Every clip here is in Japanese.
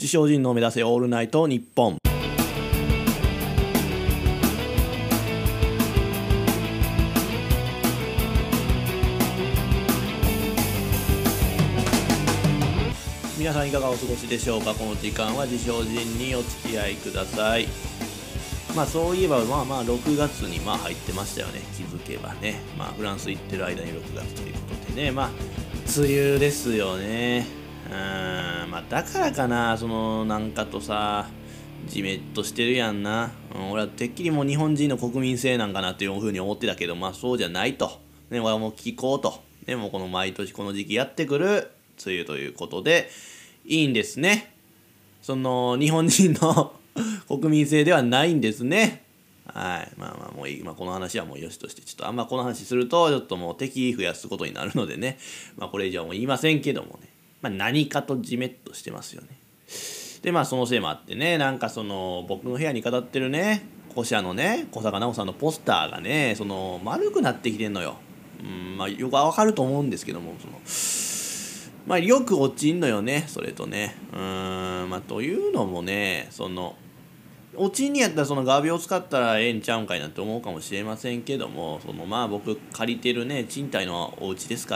自称人の目指せオールナイトニッポン。皆さんいかがお過ごしでしょうか。この時間は自称人にお付き合いください。そういえば6月に入ってましたよね。気づけばね。フランス行ってる間に6月ということでね。梅雨ですよね。だからかな、なんかとさ、ジメッとしてるやんな。俺はてっきりもう日本人の国民性なんかなっていうふうに思ってたけど、そうじゃないと。ね、俺はもう気候と。ね、もうこの毎年この時期やってくる梅雨ということで、いいんですね。日本人の国民性ではないんですね。はい。もういい。この話はもうよしとして、ちょっとあんまこの話すると、ちょっともう敵増やすことになるのでね。これ以上はもう言いませんけどもね。何かとジメッとしてますよね。で、そのせいもあってね、僕の部屋に飾ってるね、古社のね、小坂直さんのポスターがね、丸くなってきてんのよ。よくわかると思うんですけども、よく落ちんのよね、それとね。というのもね、落ちんにやったら画鋲を使ったらええんちゃうんかいなって思うかもしれませんけども、僕借りてるね、賃貸のお家ですから、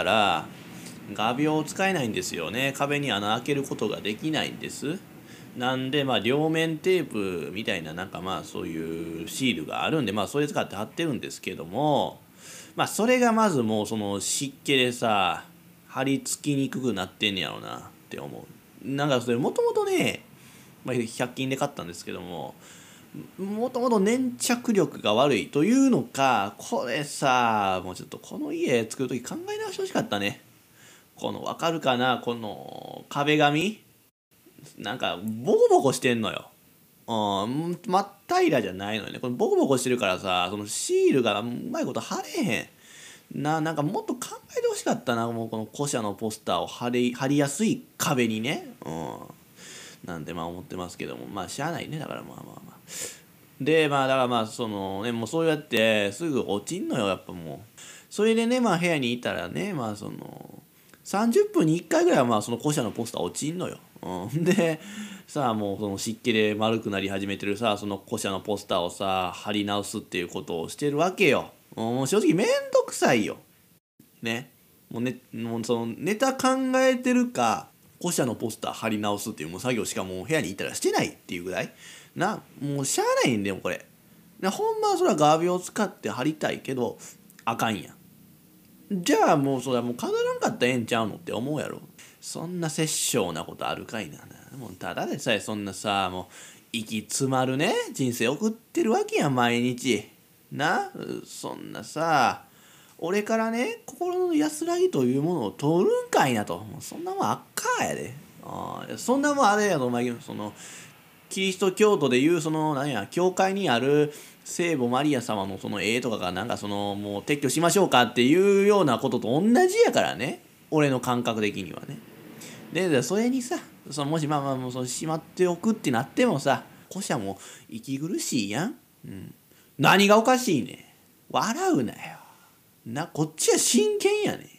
画鋲を使えないんですよね。壁に穴開けることができないんです。なんで両面テープみたいなそういうシールがあるんで、それ使って貼ってるんですけども、それがまずもう湿気でさ、貼り付きにくくなってんねやろうなって思う。それもともとね、100均で買ったんですけども、もともと粘着力が悪いというのか、これさ、もうちょっとこの家作るとき考え直してほしかったね。わかるかな、この壁紙ボコボコしてんのよ。真っ平らじゃないのよね。これボコボコしてるからさ、シールがうまいこと貼れへん。もっと考えてほしかったな。もうこの古社のポスターを貼りやすい壁にね。なんで思ってますけども、しゃあないね。だからで、だからもうそうやってすぐ落ちんのよ、やっぱもう。それでね、部屋にいたらね、30分に1回ぐらいはその古社のポスター落ちんのよ。で、さあもう湿気で丸くなり始めてるさ、その古社のポスターをさ、貼り直すっていうことをしてるわけよ。もう正直めんどくさいよ。ね。もうネタ考えてるか、古社のポスター貼り直すっていうもう作業しかもう部屋にいたらしてないっていうぐらい。もうしゃあないんだよ、これ。ほんまはそれは画鋲を使って貼りたいけど、あかんやん。じゃあもうそれはもう飾らんかったらええんちゃうのって思うやろ。そんな殺生なことあるかいな。もうただでさえそんなさ、もう息詰まるね、人生送ってるわけやん、毎日。そんなさ、俺からね、心の安らぎというものを取るんかいなと。もうそんなもんあっかやで。そんなもんあれやぞ、お前、キリスト教徒でいう教会にある聖母マリア様の絵とかがもう撤去しましょうかっていうようなことと同じやからね、俺の感覚的にはね。でそれにさ、もしもうしまっておくってなってもさ、古社も息苦しいやん。何がおかしいねん。笑うなよ。こっちは真剣やねん。い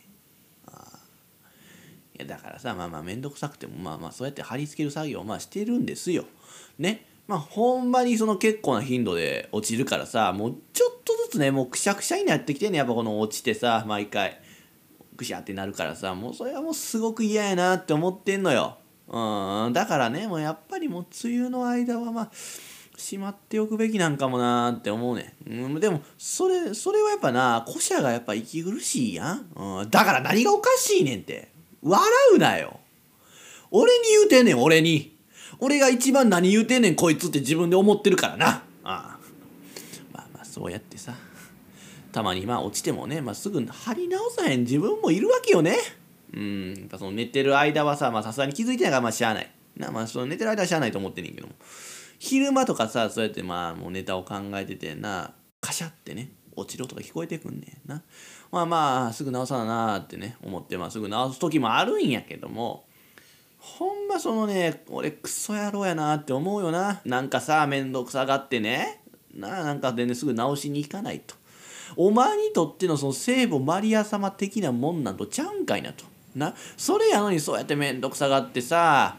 やだからさ、めんどくさくてもそうやって貼り付ける作業をしてるんですよ。ね。ほんまに結構な頻度で落ちるからさ、もうちょっとずつね、もうくしゃくしゃになってきてんね、やっぱこの落ちてさ、毎回くしゃってなるからさ、もうそれはもうすごく嫌やなって思ってんのよ。だからね、もうやっぱりもう梅雨の間はしまっておくべきなんかもなって思うね。でもそれはやっぱな、古社がやっぱ息苦しいやん。だから何がおかしいねんって。笑うなよ。俺に言うてんねん、俺に。俺が一番何言うてんねんこいつって自分で思ってるからな。そうやってさ、たまに落ちてもね、すぐ貼り直さへん自分もいるわけよね。やっぱ寝てる間はさすがに気づいてないからしゃあない。寝てる間はしゃあないと思ってんねんけども。昼間とかさ、そうやってもうネタを考えててカシャってね、落ちる音が聞こえてくんねんな。すぐ直さななってね、思ってすぐ直す時もあるんやけども、ほんま俺クソ野郎やなって思うよな。めんどくさがってね、でね、すぐ直しに行かないと。お前にとっての聖母マリア様的なもんなんとちゃうんかいなと。それやのにそうやってめんどくさがってさ、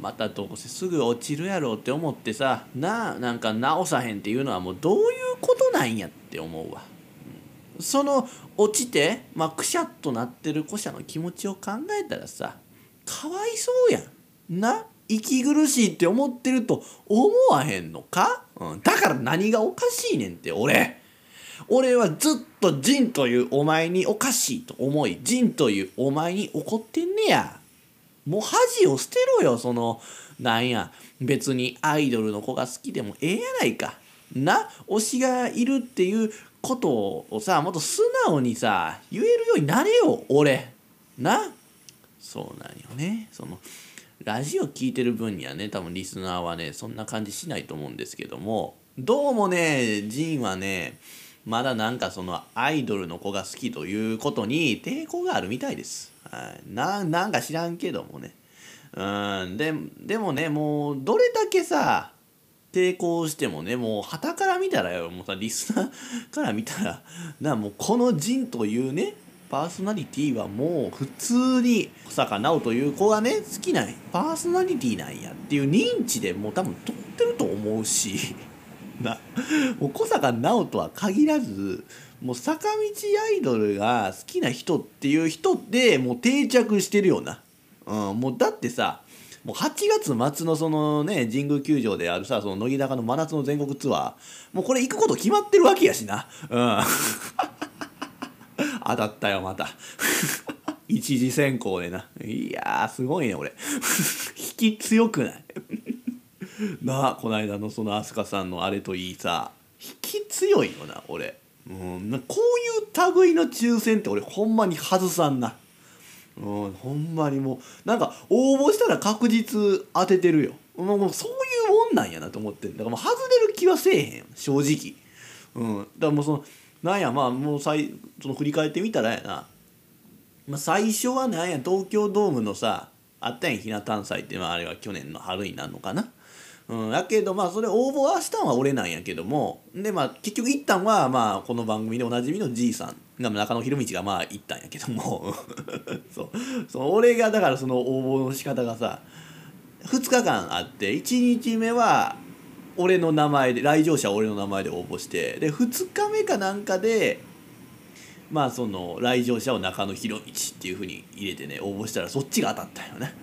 またどうせすぐ落ちるやろうって思ってさ、なんか直さへんっていうのはもうどういうことなんやって思うわ。その落ちて、くしゃっとなってる古者の気持ちを考えたらさ、かわいそうやんな。息苦しいって思ってると思わへんのか、だから何がおかしいねんって。俺はずっと仁というお前におかしいと思い、仁というお前に怒ってんねや。もう恥を捨てろよ。なんや、別にアイドルの子が好きでもええやないかな。推しがいるっていうことをさ、もっと素直にさ言えるようになれよ俺な。そうなんよね。ラジオ聞いてる分にはね、多分リスナーはねそんな感じしないと思うんですけども、どうもねジンはねまだなんかアイドルの子が好きということに抵抗があるみたいです。はい、なんか知らんけどもね。でもね、もうどれだけさ抵抗してもね、もう傍から見たらよ、もうさリスナーから見たらもうこのジンというねパーソナリティはもう普通に小坂直という子がね好きなパーソナリティなんやっていう認知でもう多分通ってると思うしもう小坂直とは限らず、もう坂道アイドルが好きな人っていう人でもう定着してるよな。もうだってさ、もう8月末の神宮球場であるさ乃木坂の真夏の全国ツアー、もうこれ行くこと決まってるわけやしな。当たったよまた一次選考でな。いやーすごいね俺引き強くないなあ、この間の飛鳥さんのあれといいさ、引き強いよな俺。こういう類の抽選って俺ほんまに外さんな。ほんまにもうなんか応募したら確実当ててるよ。もうそういうもんなんやなと思ってだからもう外れる気はせえへん正直。だからもうなんやもう振り返ってみたらやな、最初はなんや東京ドームのさあったやんひな誕祭って、あれは去年の春になるのかな。やけどそれ応募はしたんは俺なんやけども、で結局行ったんはこの番組でおなじみのじいさんが中野博道が行ったんやけども俺がだから応募の仕方がさ2日間あって、1日目は俺の名前で来場者は俺の名前で応募して、で2日目かなんかで来場者を中野博道っていうふうに入れてね応募したらそっちが当たったよね。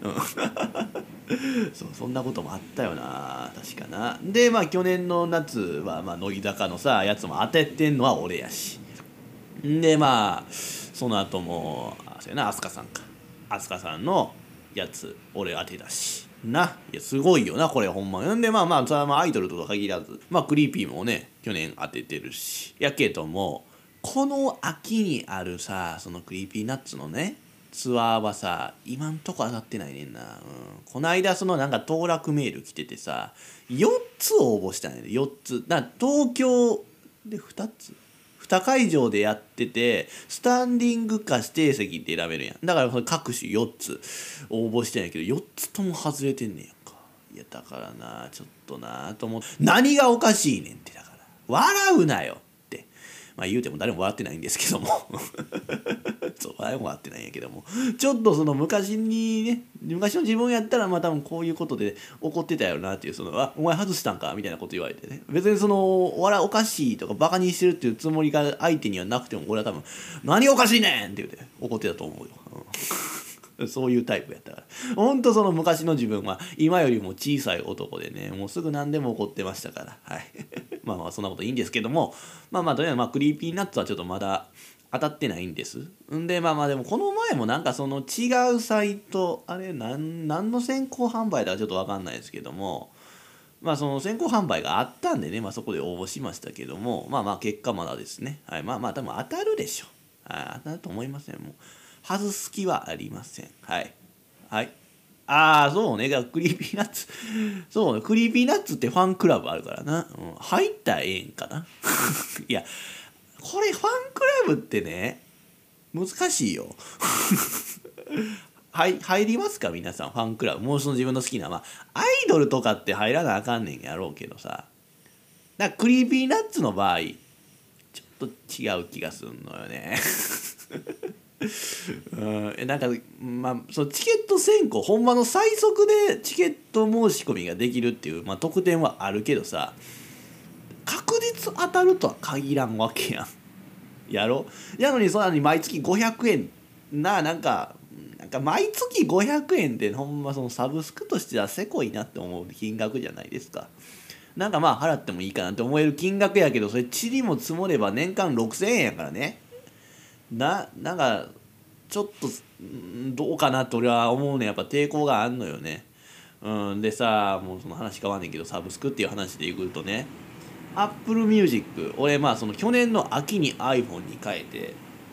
そんなこともあったよな確かな。で去年の夏は乃木坂のさやつも当ててんのは俺やし、でその後もそうやな飛鳥さんのやつ俺当てたしな。いやすごいよなこれほんま。んでそれはアイドルとか限らずクリーピーもね去年当ててるしやけども、この秋にあるさクリーピーナッツのねツアーはさ今んとこ当たってないねんな。この間なんか当落メール来ててさ4つ応募したんやで。4つ東京で2会場でやっててスタンディングか指定席って選べるやん。だから各種4つ応募してんやけど4つとも外れてんねんやんか。いやだからなちょっとなと思って、何がおかしいねんって。だから笑うなよって言うても誰も笑ってないんですけどもそう誰も笑ってないんやけども、ちょっと昔の自分やったら多分こういうことで怒ってたよなっていうお前外したんかみたいなこと言われてね、別におかしいとかバカにしてるっていうつもりが相手にはなくても俺は多分何がおかしいねんって言うて怒ってたと思うよ。そういうタイプやったから。ほんと昔の自分は今よりも小さい男でねもうすぐ何でも怒ってましたからはいそんなこといいんですけども、とりあえずクリーピーナッツはちょっとまだ当たってないんです。んででもこの前もなんか違うサイトあれ何の先行販売だかちょっと分かんないですけども、先行販売があったんでね、そこで応募しましたけども結果まだですね。はい多分当たるでしょ。当たると思いません。もう外す気はありません。はいそうね。クリーピーナッツそうね、クリーピーナッツってファンクラブあるからな、入ったらええんかないやこれファンクラブってね難しいよ入りますか皆さんファンクラブ。もう自分の好きなアイドルとかって入らなあかんねんやろうけどさ、クリーピーナッツの場合ちょっと違う気がするのよねなんかまあそのチケット選考ほんまの最速でチケット申し込みができるっていう、まあ、特典はあるけどさ、確実当たるとは限らんわけやん。やろやのにそんなに毎月500円なんか毎月500円でほんまそのサブスクとしてはせこいなって思う金額じゃないですか。なんかまあ払ってもいいかなって思える金額やけど、それ塵も積もれば年間6000円やからね。なんかちょっとどうかなと俺は思うね。やっぱ抵抗があんのよね。でさ、もうその話変わんねんけど、サブスクっていう話でいくとね、Apple Music、俺まあその去年の秋に iPhone に変えて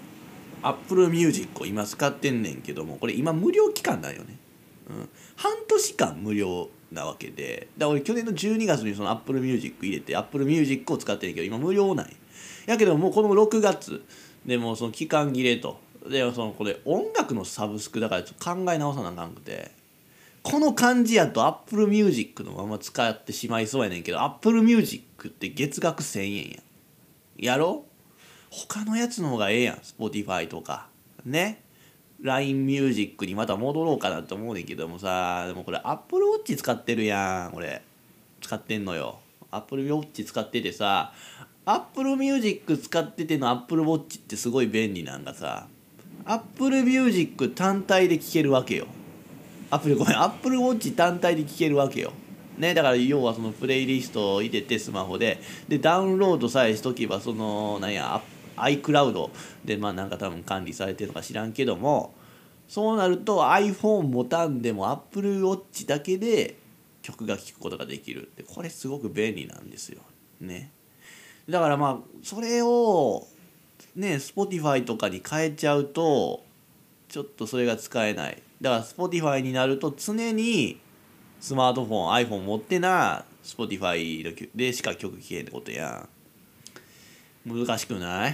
Apple Music を今使ってんねんけども、これ今無料期間なんよね。半年間無料なわけで、だから俺去年の12月にその Apple Music 入れて Apple Music を使ってんねんけど、今無料なんやけどもうこの6月でもうその期間切れと、でそのこれ音楽のサブスクだからちょっと考え直さなあかんくて、この感じやと Apple Music のまま使ってしまいそうやねんけど、 Apple Music って月額1000円やろ。他のやつの方がええやん。 Spotify とかね、 LINE Music にまた戻ろうかなと思うねんけどもさ、でもこれ Apple Watch 使ってるやん。俺使ってんのよ。 Apple Watch 使っててさ、 Apple Music 使ってての Apple Watch ってすごい便利なんがさ、 Apple Music 単体で聴けるわけよ。アプリごめん、アップルウォッチ単体で聴けるわけよ。ね、だから要はそのプレイリストを入れてスマホでダウンロードさえしとけば、そのなんや iCloud でまあなんか多分管理されてるのか知らんけども、そうなると iPhone 持たんでも Apple Watch だけで曲が聴くことができるって、これすごく便利なんですよね。だからまあそれをね Spotify とかに変えちゃうとちょっとそれが使えない。だから Spotify になると常にスマートフォン iPhone 持ってな Spotify でしか曲聴けへんってことやん。難しくない？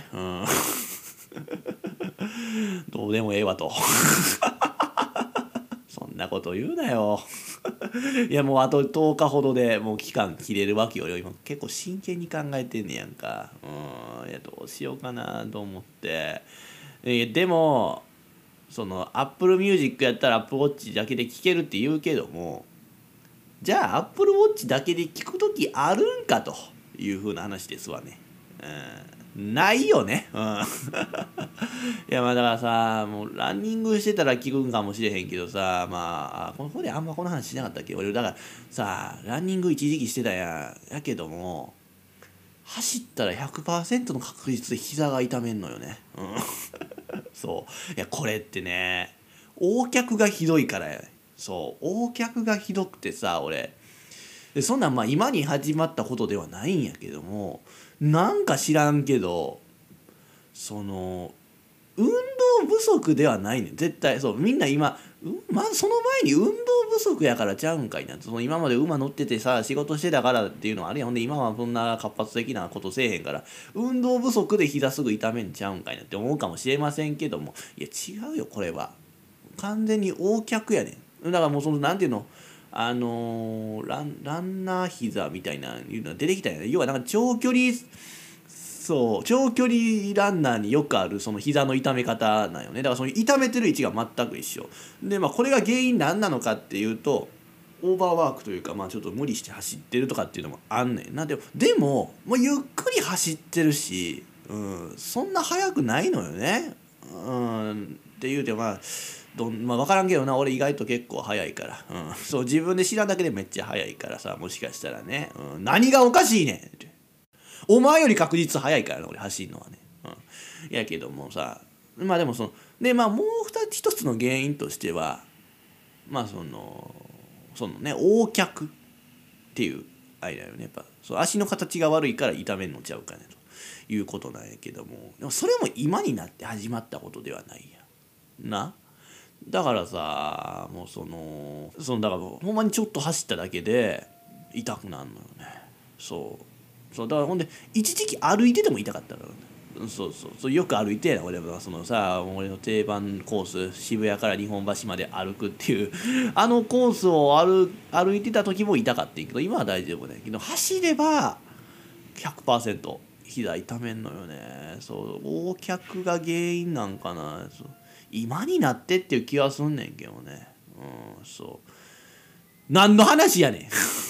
どうでもええわとそんなこと言うなよいやもうあと10日ほどでもう期間切れるわけよ。今結構真剣に考えてんねやんか。いやどうしようかなと思って。でもその Apple Music やったら Apple Watch だけで聴けるって言うけども、じゃあ Apple Watch だけで聴く時あるんかというふうな話ですわね。ないよね。いやまあだからさ、もうランニングしてたら聞くんかもしれへんけどさ、まあここであんまこの話しなかったっけ。俺だからさ、ランニング一時期してたやけども、走ったら 100% の確率で膝が痛めんのよね。そういやこれってね、横脚がひどいからやね。そう横脚がひどくてさ、俺でそんなんまあ今に始まったことではないんやけども、なんか知らんけどその運動不足ではないねん絶対。そうみんな今まずその前に運動不足やからちゃうんかいな。その今まで馬乗っててさ仕事してたからっていうのはあるやん。ほんで今はそんな活発的なことせえへんから運動不足で膝すぐ痛めんちゃうんかいなって思うかもしれませんけども、いや違うよ。これは完全に横脚やねん。だからもうそのなんていうの、ランナー膝みたいないうのが出てきたんやね。要はなんか長距離、そう長距離ランナーによくあるその膝の痛め方なんよね。だからその痛めてる位置が全く一緒で、まあこれが原因何なのかっていうとオーバーワークというか、まあちょっと無理して走ってるとかっていうのもあんねんな。でも、まあ、ゆっくり走ってるし、そんな速くないのよね。っていうてまあまあ、分からんけどな、俺意外と結構早いから、そう自分で知らんだけでめっちゃ早いからさ、もしかしたらね、何がおかしいねんって、お前より確実早いからな俺走るのはね、やけどもさ、まあでもそのでまあもう一つの原因としてはまあそのね横脚っていうあれだよね。やっぱそう足の形が悪いから痛めんのちゃうかねということなんやけども、でもそれも今になって始まったことではないやな。だからさ、もうそのだからほんまにちょっと走っただけで痛くなるのよね。そうだからほんで一時期歩いてても痛かったからね。そうよく歩いて俺はそのさ、俺の定番コース渋谷から日本橋まで歩くっていうあのコースを歩いてた時も痛かったんやけど、今は大丈夫ね。けど走れば 100% 膝痛めんのよね。そう横脚が原因なんかな。 今になってっていう気はすんねんけどね。そう何の話やねん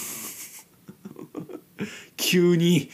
急に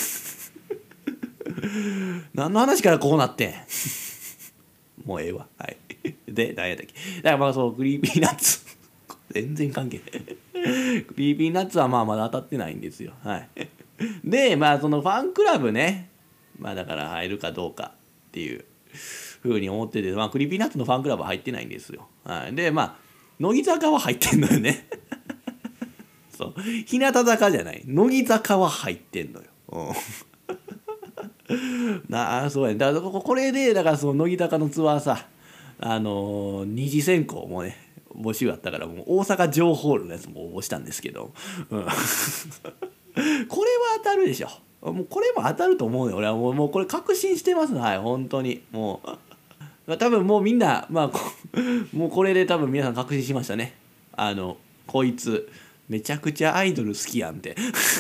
何の話からこうなってんもうええわ。はいで何やったっけ。だからまあそうクリーピーナッツ全然関係ないクリーピーナッツはまあまだ当たってないんですよ。はいでまあそのファンクラブね、まあだから入るかどうかっていうふうに思ってて、まあクリーピーナッツのファンクラブは入ってないんですよ。はい、でまあ乃木坂は入ってんのよねそう日向坂じゃない乃木坂は入ってんのよ。そうやね。だからこれでだからその乃木坂のツアーさ二次選考もね募集あったからもう大阪城ホールのやつも応募したんですけど、これは当たるでしょ。もうこれも当たると思うよ俺は。もうこれ確信してます。はい本当にもう多分もうみんなまあもうこれで多分皆さん確信しましたね。こいつめちゃくちゃアイドル好きやんって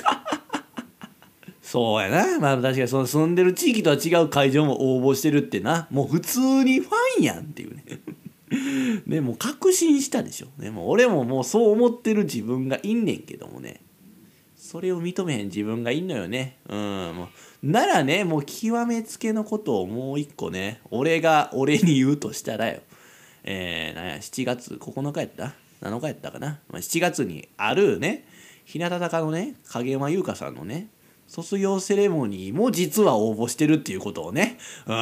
そうやな。まあ確かにその住んでる地域とは違う会場も応募してるってな、もう普通にファンやんっていうねでもう確信したでしょ。でも俺ももうそう思ってる自分がいんねんけどもね、それを認めへん自分がいんのよね。もうならね、もう極めつけのことをもう一個ね、俺が俺に言うとしたらよ、なんや7月9日やった7日やったかな、7月にあるね日向坂のね影山優佳さんのね卒業セレモニーも実は応募してるっていうことをね、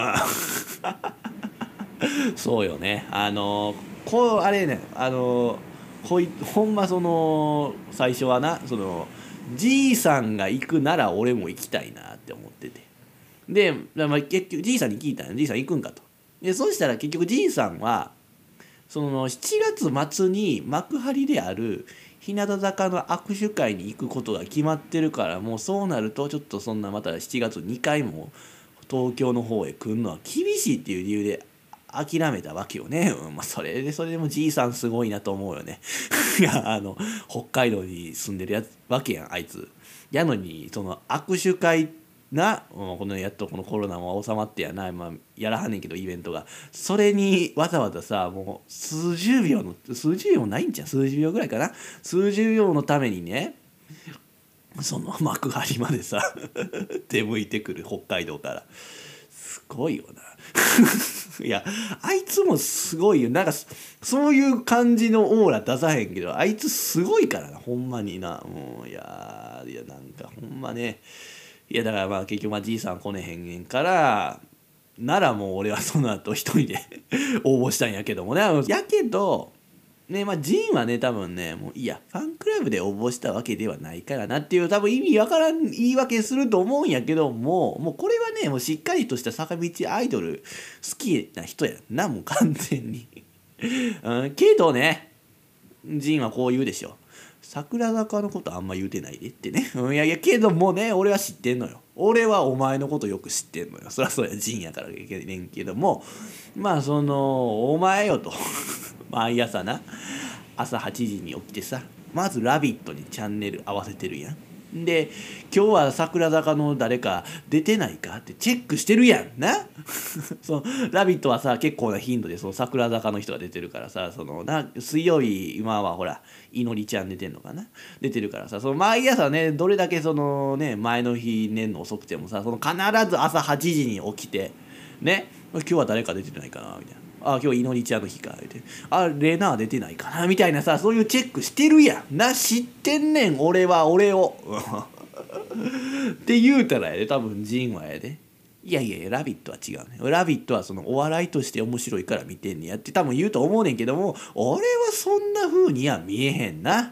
そうよね。あれねほんまその最初はなそのじいさんが行くなら俺も行きたいなって思ってて、で、まあ、結局じいさんに聞いたんよ。じいさん行くんかと。でそしたら結局じいさんはその7月末に幕張である日向坂の握手会に行くことが決まってるから、もうそうなるとちょっとそんなまた7月2回も東京の方へ来るのは厳しいっていう理由で諦めたわけよね。それでもじいさんすごいなと思うよねいや北海道に住んでるわけやんあいつ。やのにその握手会な、このやっとこのコロナも収まってやな、やらはんねんけどイベントがそれにわざわざさもう数十秒もないんじゃん、数十秒ぐらいかな、数十秒のためにねその幕張までさ出向いてくる北海道からすごいよないやあいつもすごいよ。なんかそういう感じのオーラ出さへんけどあいつすごいからなほんまにな。もういやなんかほんまね。いやだからまあ結局じいさん来ねへんねんからならもう俺はその後一人で応募したんやけどもね。やけどねジンはね多分ねもういやファンクラブで応募したわけではないからなっていう多分意味わからん言い訳すると思うんやけどもうこれはねもうしっかりとした坂道アイドル好きな人やなもう完全にけどねジンはこう言うでしょ。桜坂のことあんま言うてないでってね。いやけどもね俺は知ってんのよ。俺はお前のことよく知ってんのよ。そりゃそうやジンやからいけねんけどもそのお前よと毎朝な朝8時に起きてさまず「ラビット!」にチャンネル合わせてるやん。で今日は桜坂の誰か出てないかってチェックしてるやんなその「ラビット!」はさ結構な頻度でその桜坂の人が出てるからさその水曜日今はほらいのりちゃん出てんのかな出てるからさその毎朝ねどれだけそのね前の日寝んの遅くてもさその必ず朝8時に起きてね今日は誰か出てないかなみたいな。今日いのりちゃんの日かってレナー出てないかなみたいなさそういうチェックしてるやんな。知ってんねん俺をって言うたらやで多分ジンはやでいやラビットは違うね。ラビットはそのお笑いとして面白いから見てんねやって多分言うと思うねんけども俺はそんな風には見えへんな。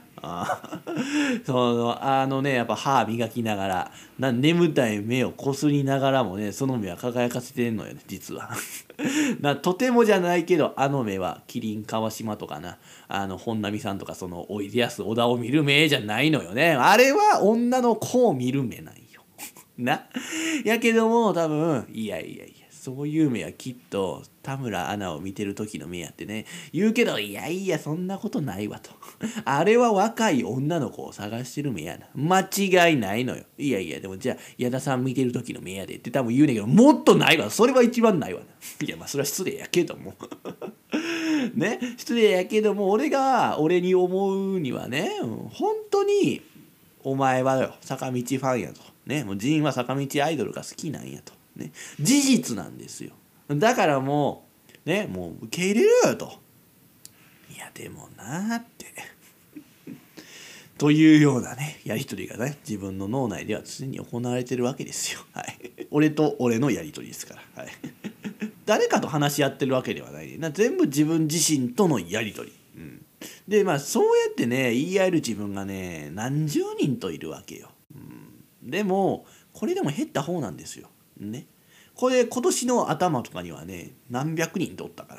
やっぱ歯磨きながら眠たい目をこすりながらもねその目は輝かせてんのよね実はとてもじゃないけど目は麒麟川島とかな本並さんとかそのおいでやす小田を見る目じゃないのよね。あれは女の子を見る目なんよな。やけども多分いやそういう目はきっと田村アナを見てる時の目やってね言うけどいやそんなことないわとあれは若い女の子を探してる目やな。間違いないのよ。いやいや、でもじゃあ、矢田さん見てる時の目やでって多分言うねんけど、もっとないわ。それは一番ないわな。いや、まあそれは失礼やけども。ね、失礼やけども、俺に思うにはね、本当に、お前はよ、坂道ファンやと。ね、もうジンは坂道アイドルが好きなんやと。ね、事実なんですよ。だからもう、ね、もう受け入れろよと。いや、でもなーって。というようなね、やり取りがね、自分の脳内では常に行われてるわけですよ。はい。俺と俺のやり取りですから。はい。誰かと話し合ってるわけではない。全部自分自身とのやり取り。うん、で、まあ、そうやってね、言い合える自分がね、何十人といるわけよ。うん、でも、これでも減った方なんですよ。ね。これ、今年の頭とかにはね、何百人とおったから。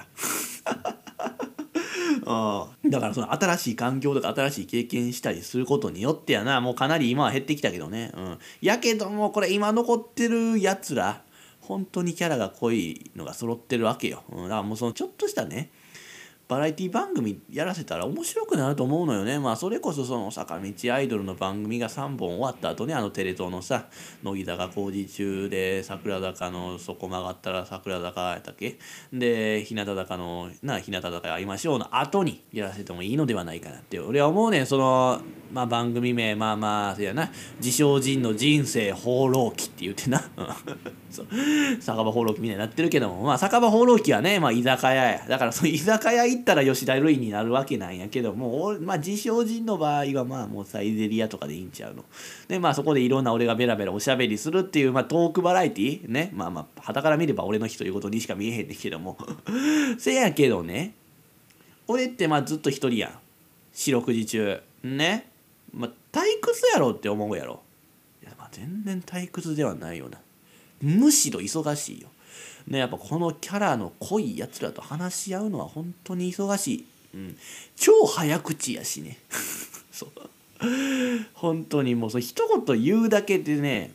だからその新しい環境とか新しい経験したりすることによってやな、もうかなり今は減ってきたけどね、やけどもこれ今残ってるやつら本当にキャラが濃いのが揃ってるわけよ、だからもうそのちょっとしたねバラエティ番組やらせたら面白くなると思うのよね。まあそれこそその坂道アイドルの番組が3本終わった後ね、テレ東のさ乃木坂工事中で桜坂のそこ曲がったら桜坂やったっけで日向坂の日向坂会いましょうの後にやらせてもいいのではないかなって俺は思うねん。その番組名せやな自称人の人生放浪記って言ってなそう酒場放浪記みたいになってるけども酒場放浪記はね居酒屋やだからその居酒屋行ったら吉田類になるわけなんやけども自称人の場合はもうサイゼリヤとかでいいんちゃうのでそこでいろんな俺がベラベラおしゃべりするっていうトークバラエティね傍から見れば俺の日ということにしか見えへんねんけどもせやけどね俺ってずっと一人やん四六時中ね退屈やろって思うやろいや全然退屈ではないよなむしろ忙しいよねやっぱこのキャラの濃いやつらと話し合うのは本当に忙しい、超早口やしねそう本当にもう一言言うだけでね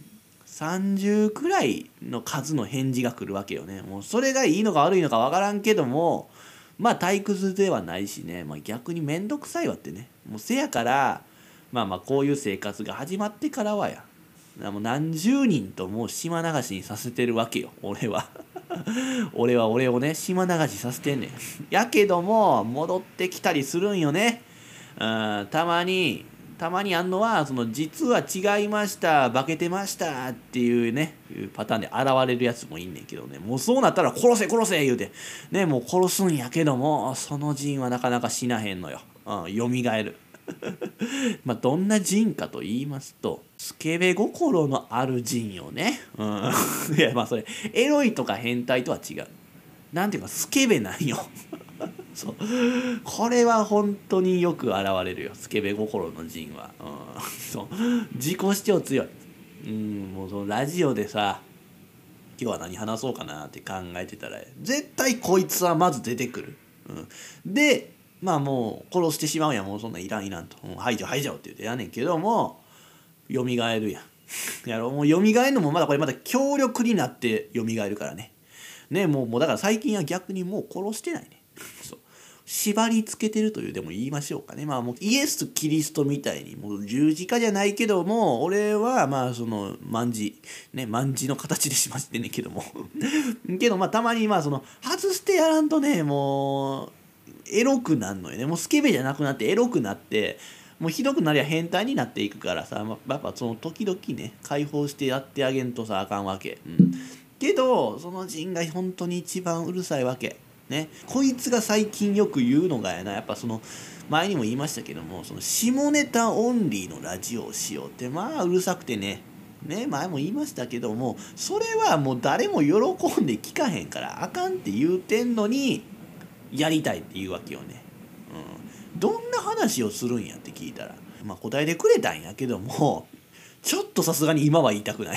30くらいの数の返事が来るわけよねもうそれがいいのか悪いのか分からんけども退屈ではないしね、逆に面倒くさいわってねもうせやからこういう生活が始まってからはやもう何十人ともう島流しにさせてるわけよ俺は俺をね島流しさせてんねんやけども戻ってきたりするんよねたまにあんのは実は違いました化けてましたっていうねいうパターンで現れるやつもいんねんけどねもうそうなったら殺せ言うてねもう殺すんやけどもその陣はなかなか死なへんのよ、蘇るどんな陣かと言いますとスケベ心のある陣よね、いやそれエロいとか変態とは違うなんていうかスケベなんよそうこれは本当によく現れるよスケベ心の陣は、そう自己主張強いもうそのラジオでさ今日は何話そうかなって考えてたら絶対こいつはまず出てくる、でもう殺してしまうんやもうそんなんいらんと排除って言ってやねんけども蘇るやんやろもう蘇るのもこれまた強力になって蘇るからねもうだから最近は逆にもう殺してないねそう縛り付けてるというでも言いましょうかねもうイエス・キリストみたいにもう十字架じゃないけども俺はその卍の形でしましてんねんけどもけどたまにその外してやらんとねもうエロくなんのよねもうスケベじゃなくなってエロくなってもうひどくなりゃ変態になっていくからさやっぱその時々ね解放してやってあげんとさあかんわけ、けどその陣が本当に一番うるさいわけねこいつが最近よく言うのがやなやっぱその前にも言いましたけどもその下ネタオンリーのラジオをしようってうるさくてね前も言いましたけどもそれはもう誰も喜んで聞かへんからあかんって言うてんのにやりたいって言うわけよね、どんな話をするんやって聞いたら答えてくれたんやけどもちょっとさすがに今は言いたくない、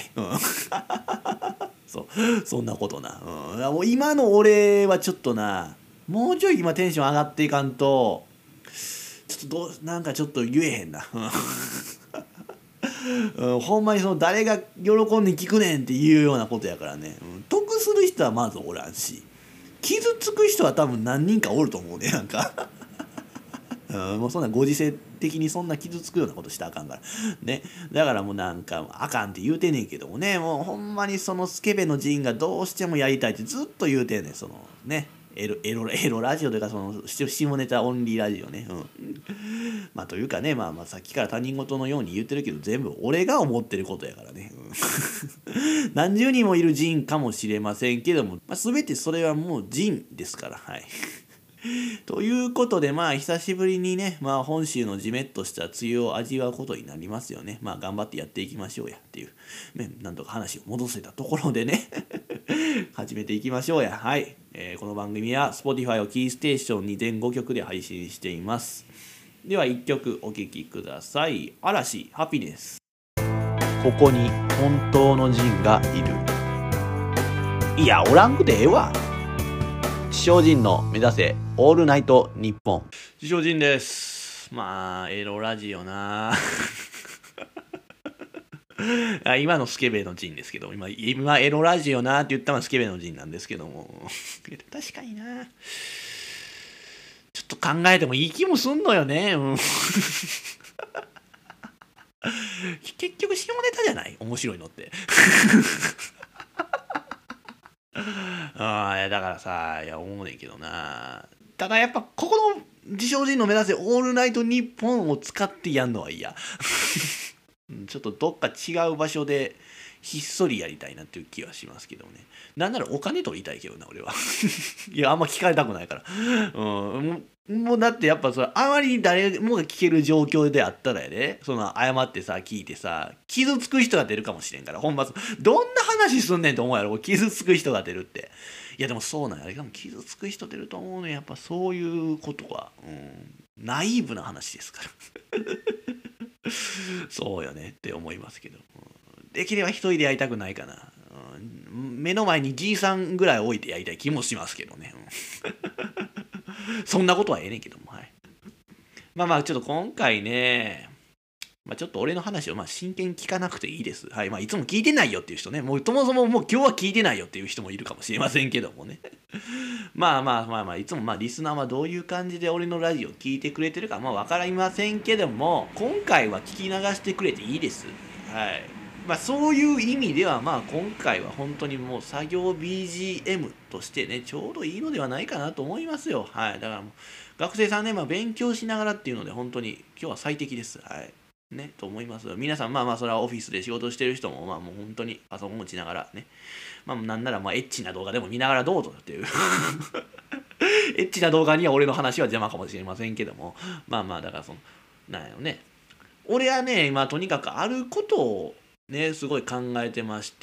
そんなことな、もう今の俺はちょっとなもうちょい今テンション上がっていかんとちょっとなんかちょっと言えへんなほんまにその誰が喜んで聞くねんっていうようなことやからね、得する人はまずおらんし傷つく人は多分何人かおると思うねなんかもうそんなご時世的にそんな傷つくようなことしたらあかんからね。だからもうなんかあかんって言うてんねんけどもね、もうほんまにそのスケベの陣がどうしてもやりたいってずっと言うてんねん。そのね、エロラジオというか、その下ネタオンリーラジオね。まあというかね、まあさっきから他人事のように言ってるけど、全部俺が思ってることやからね。何十人もいる陣かもしれませんけども、全てそれはもう陣ですから、はい。ということで、久しぶりにね、本州のジメッとした梅雨を味わうことになりますよね。頑張ってやっていきましょうやっていう、ね、なんとか話を戻せたところでね始めていきましょうや。はい、この番組は Spotify をキーステーションに全5曲で配信しています。では1曲お聴きください。嵐ハピネス。ここに本当のジンがいる。いや、おらんくてええわ。自称人の目指せオールナイトニッポン。自称人です。エロラジオな今のスケベの陣ですけど、今エロラジオなって言ったのはスケベの陣なんですけども確かにな、ちょっと考えてもいい気もすんのよね。結局下ネタじゃない面白いのってだからさ、思うねんけどな。ただやっぱここの自称人の目指せオールナイトニッポンを使ってやんのは嫌ちょっとどっか違う場所でひっそりやりたいなっていう気はしますけどね。なんならお金取りたいけどな、俺はいや、あんま聞かれたくないから。もうだってやっぱそれあまり誰もが聞ける状況であったらやで、その謝ってさ聞いてさ傷つく人が出るかもしれんから、ほんまどんな話すんねんと思うやろ、傷つく人が出るって。いやでもそうなんや、でも傷つく人出ると思うね。やっぱそういうことは、ナイーブな話ですからそうよねって思いますけど、できれば一人でやりたくないかな。目の前にじいさんぐらい置いてやりたい気もしますけどね。そんなことはええねんけども、はい。ちょっと今回ね、ちょっと俺の話を真剣に聞かなくていいです。はい。いつも聞いてないよっていう人ね、もうそもそももう今日は聞いてないよっていう人もいるかもしれませんけどもね。いつもリスナーはどういう感じで俺のラジオを聞いてくれてるかわかりませんけども、今回は聞き流してくれていいです。はい。そういう意味では今回は本当にもう作業 BGM としてね、ちょうどいいのではないかなと思いますよ。はい。だからもう学生さんね、勉強しながらっていうので本当に今日は最適です。はい。ね、と思います。皆さん、それはオフィスで仕事してる人も、もう本当にパソコン持ちながらね、なんなら、エッチな動画でも見ながらどうぞっていう。エッチな動画には俺の話は邪魔かもしれませんけども、だからなんやろね。俺はね、今、とにかくあることをね、すごい考えてまして、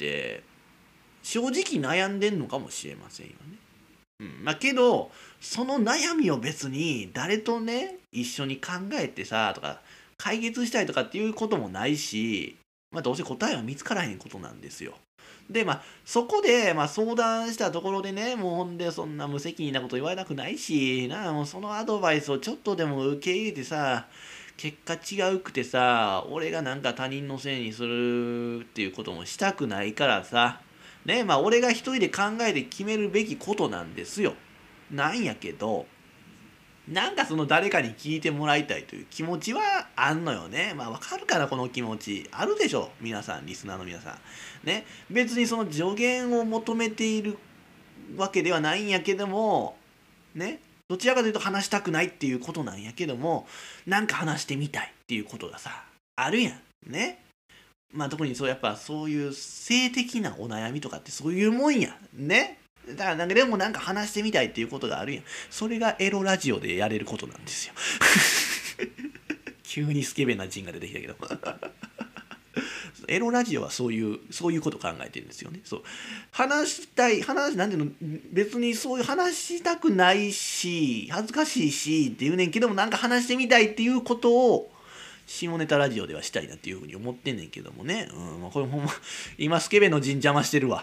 正直悩んでんのかもしれませんよね。けど、その悩みを別に誰とね、一緒に考えてさ、とか、解決したいとかっていうこともないし、どうせ答えは見つからへんことなんですよ。でそこで相談したところでね、もうほんでそんな無責任なこと言われたくないしな、もうそのアドバイスをちょっとでも受け入れてさ、結果違うくてさ、俺がなんか他人のせいにするっていうこともしたくないからさね、俺が一人で考えて決めるべきことなんですよ。なんやけど、なんかその誰かに聞いてもらいたいという気持ちはあんのよね。わかるかな、この気持ち。あるでしょ、皆さん、リスナーの皆さん。ね。別にその助言を求めているわけではないんやけども、ね。どちらかというと話したくないっていうことなんやけども、なんか話してみたいっていうことがさ、あるやん。ね。特にやっぱそういう性的なお悩みとかってそういうもんや。ね。だからでもなんか話してみたいっていうことがあるやん。それがエロラジオでやれることなんですよ。急にスケベなジンが出てきたけど。エロラジオはそういうこと考えてるんですよね。そう。話したい、なんていうの、別にそういう話したくないし、恥ずかしいしって言うねんけども、なんか話してみたいっていうことを、下ネタラジオではしたいなっていうふうに思ってんねんけどもね。これほんま、今スケベのジン邪魔してるわ。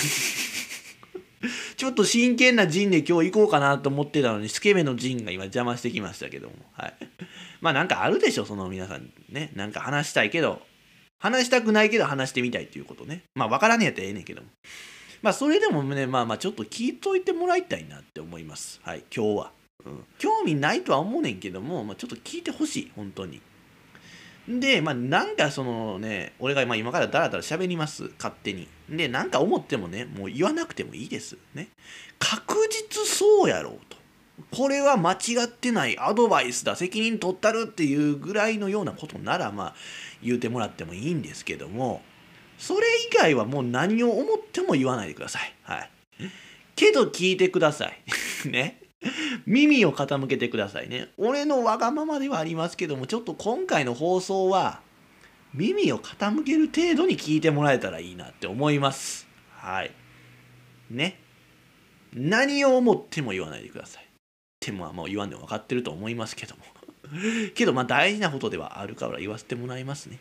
ちょっと真剣な陣で今日行こうかなと思ってたのに、スケベの陣が今邪魔してきましたけども。はい。なんかあるでしょ、その皆さんね。なんか話したいけど、話したくないけど話してみたいっていうことね。わからねえやったらええねんけども。それでもね、ちょっと聞いといてもらいたいなって思います。はい、今日は。 興味ないとは思うねんけども、ちょっと聞いてほしい、本当に。で、なんかそのね、俺が今からだらだら喋ります、勝手に。で、なんか思ってもね、もう言わなくてもいいです。ね。確実そうやろうと。これは間違ってないアドバイスだ、責任取ったるっていうぐらいのようなことなら、言うてもらってもいいんですけども、それ以外はもう何を思っても言わないでください。はい。けど聞いてください。ね。耳を傾けてくださいね。俺のわがままではありますけども、ちょっと今回の放送は耳を傾ける程度に聞いてもらえたらいいなって思います。はい。ね。何を思っても言わないでください。ってもう言わんでも分かってると思いますけども。けど大事なことではあるから言わせてもらいますね。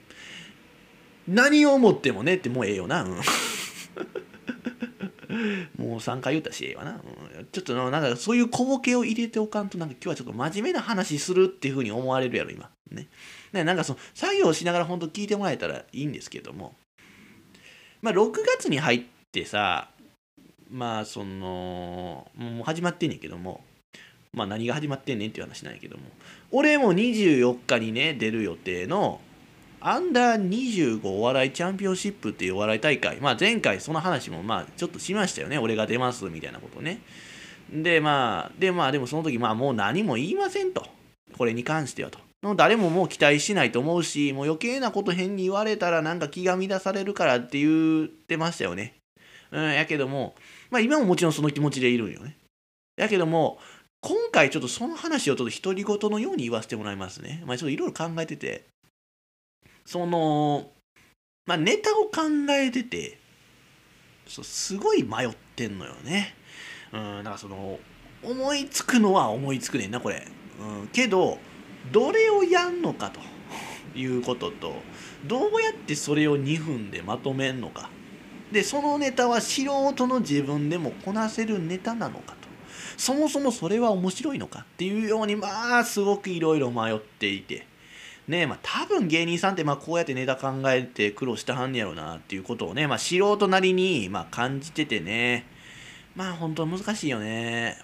何を思ってもねってもうええよな。もう3回言ったしええわな、ちょっとなんかそういう小ボケを入れておかんと、なんか今日はちょっと真面目な話するっていう風に思われるやろ今ね。なんかその作業しながら本当聞いてもらえたらいいんですけども、6月に入ってさ、もう始まってんねんけども、何が始まってんねんっていう話なんやけども、俺も24日にね出る予定のアンダー25お笑いチャンピオンシップっていうお笑い大会、前回その話もちょっとしましたよね、俺が出ますみたいなことね。でもその時もう何も言いませんと、これに関してはと。誰ももう期待しないと思うし、もう余計なこと変に言われたらなんか気が乱されるからって言ってましたよね。やけども、今ももちろんその気持ちでいるんよね。やけども、今回ちょっとその話をちょっと独り言のように言わせてもらいますね。ちょっといろいろ考えてて、ネタを考えてて、すごい迷ってんのよね。なんか思いつくのは思いつくねんな、これ。けど、どれをやんのかということと、どうやってそれを2分でまとめんのか。で、そのネタは素人の自分でもこなせるネタなのかと。そもそもそれは面白いのかっていうように、すごくいろいろ迷っていて。ね、多分芸人さんってこうやってネタ考えて苦労したはんねやろなっていうことをね、素人なりに感じててね、本当難しいよね。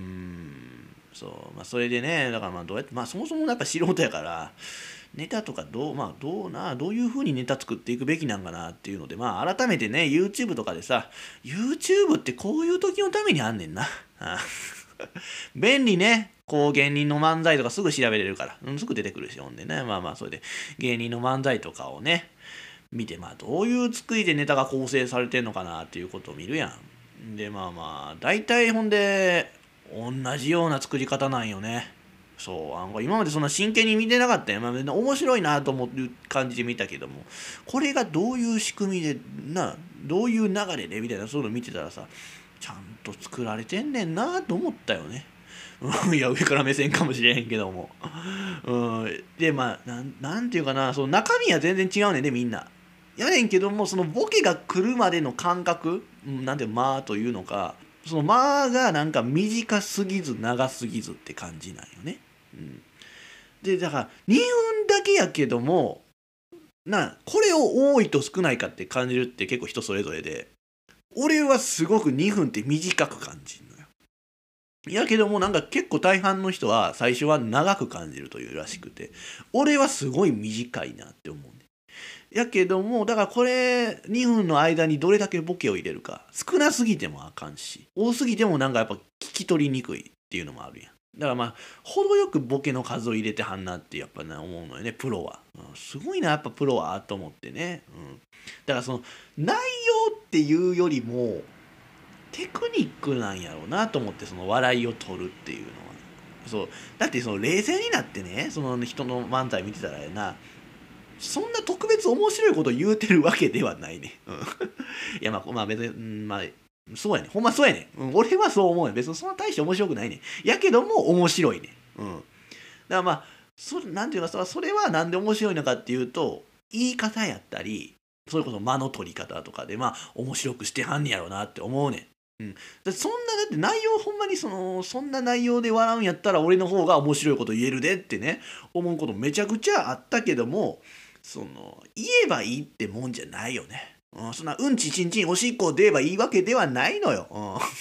それでね、だからどうやって、そもそもやっぱ素人やから、ネタとかどういう風にネタ作っていくべきなんかなっていうので、改めてね、YouTube とかでさ、YouTube ってこういう時のためにあんねんな。便利ね。こう芸人の漫才とかすぐ調べれるから、すぐ出てくるし、ほんでね、それで芸人の漫才とかをね、見て、どういう作りでネタが構成されてんのかなっていうことを見るやん。で、大体ほんで、同じような作り方なんよね。今までそんな真剣に見てなかったよ。面白いなと思う感じで見たけども、これがどういう仕組みで、どういう流れでみたいな、そういうの見てたらさ、ちゃんと作られてんねんなと思ったよね。いや、上から目線かもしれへんけども。で、なんていうかな、その中身は全然違うねんね、みんな。やねんけども、そのボケが来るまでの感覚、なんていうというのか、そのがなんか短すぎず長すぎずって感じなんよね。で、だから2分だけやけども、これを多いと少ないかって感じるって結構人それぞれで、俺はすごく2分って短く感じるのよ。やけどもなんか結構大半の人は最初は長く感じるというらしくて、俺はすごい短いなって思うね。やけども、だからこれ2分の間にどれだけボケを入れるか、少なすぎてもあかんし、多すぎてもなんかやっぱ聞き取りにくいっていうのもあるやん。だから程よくボケの数を入れてはんなってやっぱね思うのよね、プロは。すごいな、やっぱプロはと思ってね。だからその内容っていうよりも、テクニックなんやろうなと思って、その笑いを取るっていうのは。だってその冷静になってね、その人の漫才見てたらやな、そんな特別面白いこと言うてるわけではないね。いや別に、そうやね。ほんまそうやね。俺はそう思うね。別にそんな大して面白くないね。やけども面白いね。だからなんていうかそれはなんで面白いのかっていうと、言い方やったり、それこそ間の取り方とかで面白くしてはんねやろうなって思うねん。だって内容ほんまにそんな内容で笑うんやったら俺の方が面白いこと言えるでってね、思うことめちゃくちゃあったけども、言えばいいってもんじゃないよね。そんなうんちちんちんおしっこ出ればいいわけではないのよ。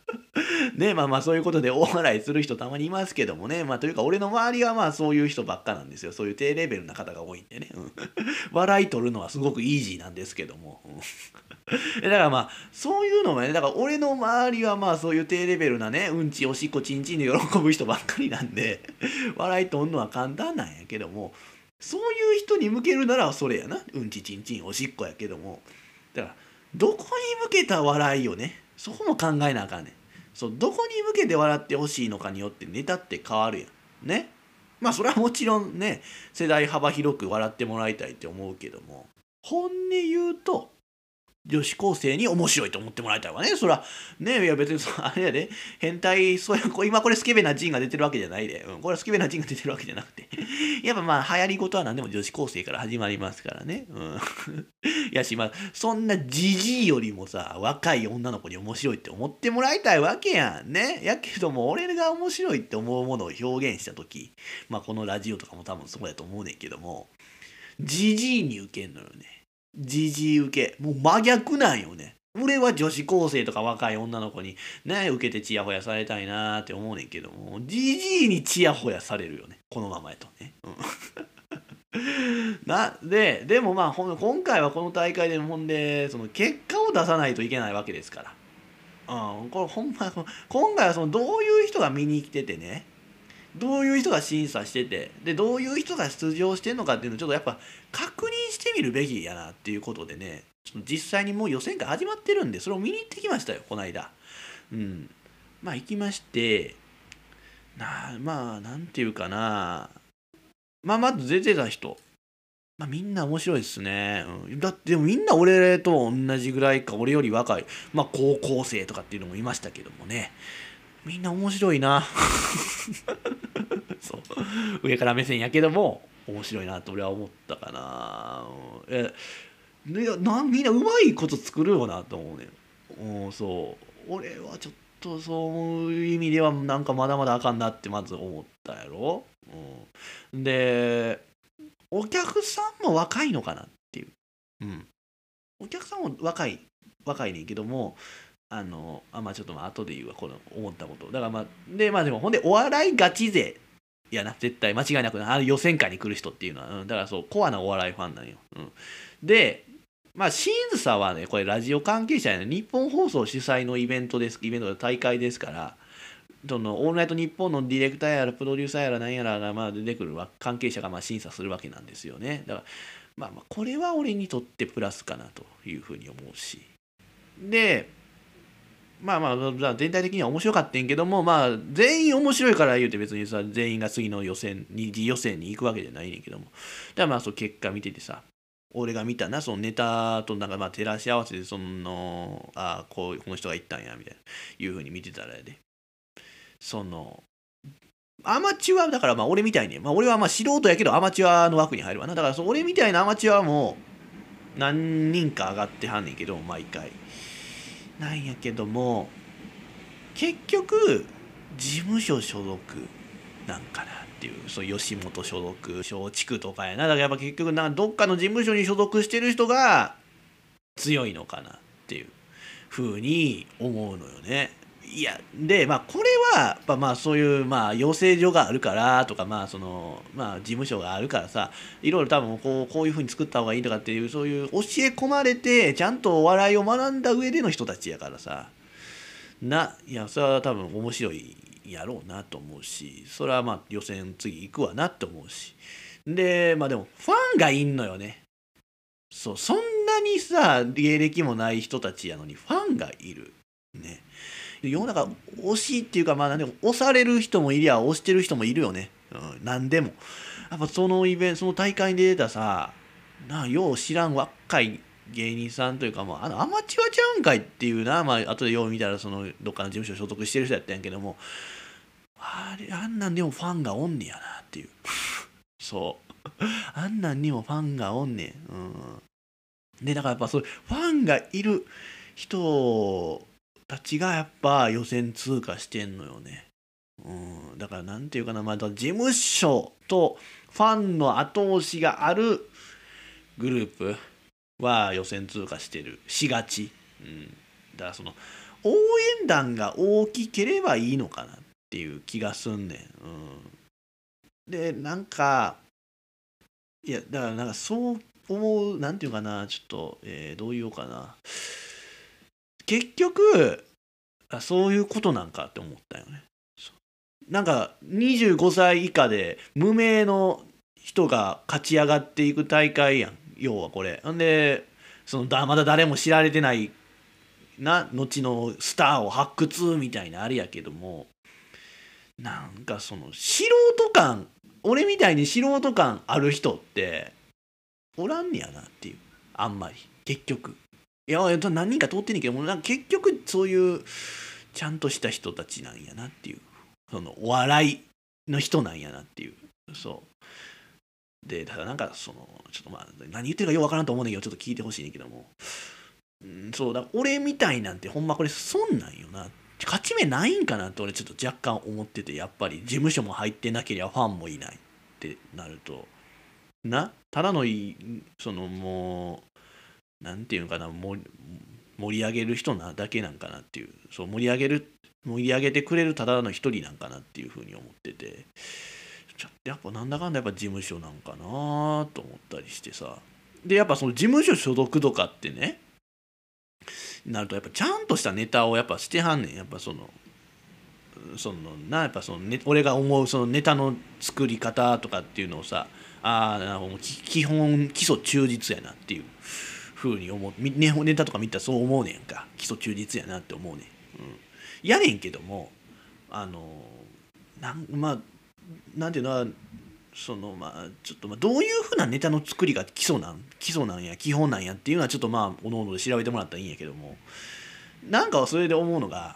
ね、まあまあそういうことで大笑いする人たまにいますけどもね、まあというか俺の周りはまあそういう人ばっかなんですよ。そういう低レベルな方が多いんでね。笑い取るのはすごくイージーなんですけども。だからまあそういうのもね、だから俺の周りはまあそういう低レベルなね、うんちおしっこちんちんで喜ぶ人ばっかりなんで、笑い取るのは簡単なんやけども、そういう人に向けるならそれやな。うんちちんちんおしっこやけども。だからどこに向けた笑いをね、そこも考えなあかんねん。そう、どこに向けて笑ってほしいのかによってネタって変わるやん。ね。まあそれはもちろんね、世代幅広く笑ってもらいたいって思うけども、本音言うと、女子高生に面白いと思ってもらいたいわね。そら、ね、いや別にあれやで、変態、そういう、今これスケベなジンが出てるわけじゃないで、これはスケベなジンが出てるわけじゃなくて、やっぱまあ流行り事は何でも女子高生から始まりますからね。いやし、まあ、そんなジジイよりもさ、若い女の子に面白いって思ってもらいたいわけやんね。やけども、俺が面白いって思うものを表現したとき、まあこのラジオとかも多分そうやと思うねんけども、ジジイに受けんのよね。ジジイ受け。もう真逆なんよね。俺は女子高生とか若い女の子にね、受けてチヤホヤされたいなーって思うねんけども、ジジイにチヤホヤされるよね。このままやとね。でもまあ今回はこの大会でほんでその結果を出さないといけないわけですから、これほんま今回はそのどういう人が見に来ててね、どういう人が審査してて、でどういう人が出場してんのかっていうのをちょっとやっぱ確認してみるべきやなっていうことでね、ちょっと実際にもう予選会始まってるんでそれを見に行ってきましたよこの間。まあ行きまして、まあなんていうかな、まず出てた人、まあ、みんな面白いですね。だってでもみんな俺と同じぐらいか、俺より若い、まあ高校生とかっていうのもいましたけどもね。みんな面白いな。そう。上から目線やけども、面白いなと俺は思ったかな。みんなうまいこと作るよなと思うね。そう。俺はちょっとそういう意味ではなんかまだまだあかんなってまず思ったやろ。で、お客さんも若いのかなっていう。お客さんも若いねんけども、まあちょっと後で言うわ、この思ったこと。だからまあでも、ほんで、お笑いガチ勢やな、絶対、間違いなくな、予選会に来る人っていうのは、だからそう、コアなお笑いファンなんよ。で、まあ、審査はね、これラジオ関係者やね、日本放送主催のイベントで大会ですから、オールナイトニッポンのディレクターやらプロデューサーやら何やらがまあ出てくる関係者がまあ審査するわけなんですよね。だからまあこれは俺にとってプラスかなというふうに思うし。で、まあ全体的には面白かったんけども、まあ全員面白いから言うて別にさ、全員が次の二次予選に行くわけじゃないねんけども。だからまあそう結果見ててさ、俺が見たな、そのネタとなんかまあ照らし合わせて、この人が行ったんや、みたいな、いうふうに見てたらやで。アマチュアだからまあ俺みたいに、まあ俺はまあ素人やけどアマチュアの枠に入るわな。だから俺みたいなアマチュアも何人か上がってはんねんけど、毎回。なんやけども、結局、事務所所属なんかなっていう、そう吉本所属、松竹とかやな。だからやっぱ結局どっかの事務所に所属してる人が強いのかなっていう風に思うのよね。いやでまあこれはまあそういうまあ養成所があるからとかまあ事務所があるからさ、いろいろ多分こういう風に作った方がいいとかっていうそういう教え込まれてちゃんとお笑いを学んだ上での人たちやからさ、いやそれは多分面白いやろうなと思うし、それはまあ予選次行くわなって思うし、でまあでもファンがいんのよね。そんなにさ芸歴もない人たちやのにファンがいるね。世の中推しっていうかまあ何でも推される人もいりゃ推してる人もいるよね。何でもやっぱその大会に出たさ、よう知らん若い芸人さんというか、アマチュアちゃうんかいっていうな、後でよう見たらどっかの事務所所属してる人やったんやけども、あんなんでもファンがおんねやなっていうそうあんなんにもファンがおんねん。でだからやっぱそういうファンがいる人たちがやっぱ予選通過してんのよね。だからなんていうかな、事務所とファンの後押しがあるグループは予選通過しがち。だから応援団が大きければいいのかなっていう気がすんねん。で、なんか、いや、だからなんかそう思う、なんていうかな、ちょっと、どう言おうかな。結局、そういうことなんかって思ったよね。なんか25歳以下で無名の人が勝ち上がっていく大会やん、要はこれ。んで、まだ誰も知られてない後のスターを発掘みたいなあれやけども、なんか素人感、俺みたいに素人感ある人っておらんねやなっていう、あんまり結局。いや何人か通ってんねんけども、なんか結局そういうちゃんとした人たちなんやなっていう、お笑いの人なんやなっていう。で、ただなんかちょっと何言ってるかよくわからんと思うねんけど、ちょっと聞いてほしいねんけども、そうだ、俺みたいなんてほんまこれ損なんよな。勝ち目ないんかなって俺ちょっと若干思ってて、やっぱり事務所も入ってなければファンもいないってなると、ただのもう、なんていうのかな、盛り上げる人なだけなんかなっていう、盛り上げてくれるただの一人なんかなっていうふうに思ってて、やっぱなんだかんだやっぱ事務所なんかなと思ったりしてさ。で、やっぱ事務所所属とかってね、なるとやっぱちゃんとしたネタをやっぱしてはんねん。やっぱやっぱ俺が思うネタの作り方とかっていうのをさ、もう基礎忠実やなっていうふうに思う、ネタとか見たらそう思うねんか。基礎忠実やなって思うねん。やねんけども、まあなんていうのは、ちょっとどういうふうなネタの作りが基礎なんや基本なんやっていうのはちょっとおのおので調べてもらったらいいんやけども、なんかそれで思うのが、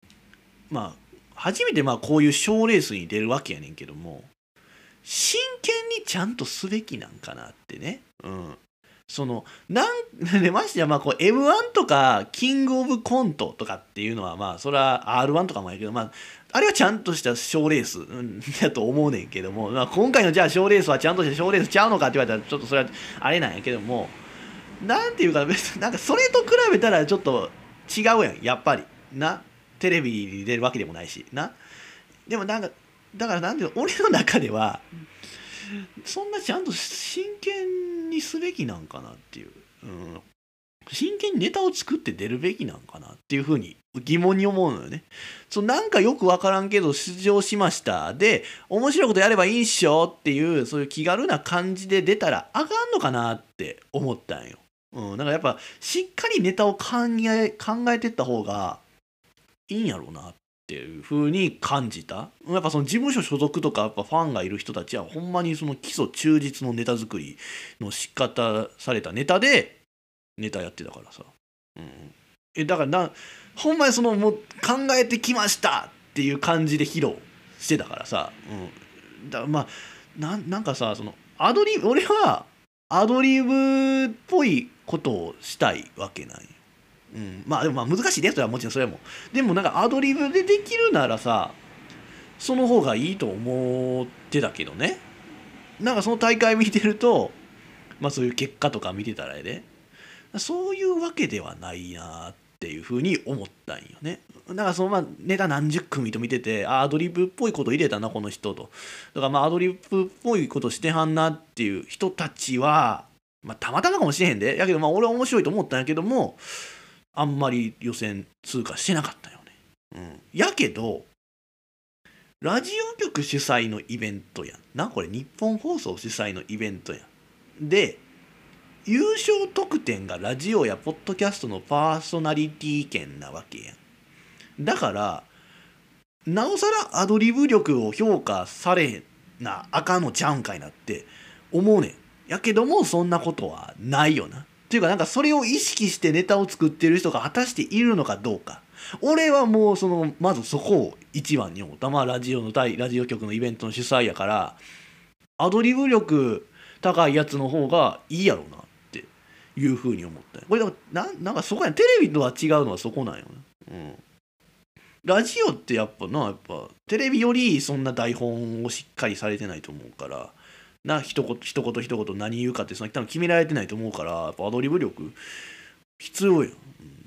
初めてこういう賞レースに出るわけやねんけども、真剣にちゃんとすべきなんかなってね。でましてやM1 とかキングオブコントとかっていうのはそれは R1 とかもやけど、あれはちゃんとした賞レース、だと思うねんけども、今回のじゃあ賞レースはちゃんとした賞レースちゃうのかって言われたらちょっとそれはあれなんやけども、なんていうか別になんかそれと比べたらちょっと違うやん、やっぱりテレビに出るわけでもないしでもなんかだからなんていうの、俺の中ではそんなちゃんと真剣にすべきなんかなっていう、真剣にネタを作って出るべきなんかなっていうふうに疑問に思うのよね。なんかよくわからんけど出場しましたで面白いことやればいいんしょっていうそういう気軽な感じで出たらあかんのかなって思ったんよ。だからやっぱしっかりネタを考えてった方がいいんやろうなっていう風に感じた。やっぱ事務所所属とかやっぱファンがいる人たちはほんまに基礎忠実のネタ作りの仕方されたネタでネタやってたからさ。だからほんまにもう考えてきましたっていう感じで披露してたからさ。だからなんかさ俺はアドリブっぽいことをしたいわけなんよ。でも難しいですそれはもちろんそれも。でもなんかアドリブでできるならさ、その方がいいと思ってたけどね。なんかその大会見てると、そういう結果とか見てたらね、そういうわけではないなっていうふうに思ったんよね。だからネタ何十組と見てて、アドリブっぽいこと入れたなこの人と。だからアドリブっぽいことしてはんなっていう人たちは、たまたまかもしれへんで。やけど俺は面白いと思ったんやけども、あんまり予選通過してなかったよね。やけど、ラジオ局主催のイベントやん。これ日本放送主催のイベントやん。で、優勝特典がラジオやポッドキャストのパーソナリティ権なわけやん。だから、なおさらアドリブ力を評価されなあかんのちゃうんかいなって思うねん。やけども、そんなことはないよな。っていうかなんかそれを意識してネタを作ってる人が果たしているのかどうか。俺はもうまずそこを一番に思った。ラジオ局のイベントの主催やからアドリブ力高いやつの方がいいやろうなっていうふうに思った。これなんかそこやん。テレビとは違うのはそこなんよね。ラジオってやっぱテレビよりそんな台本をしっかりされてないと思うから一言何言うかってその決められてないと思うからやっぱアドリブ力必要やん。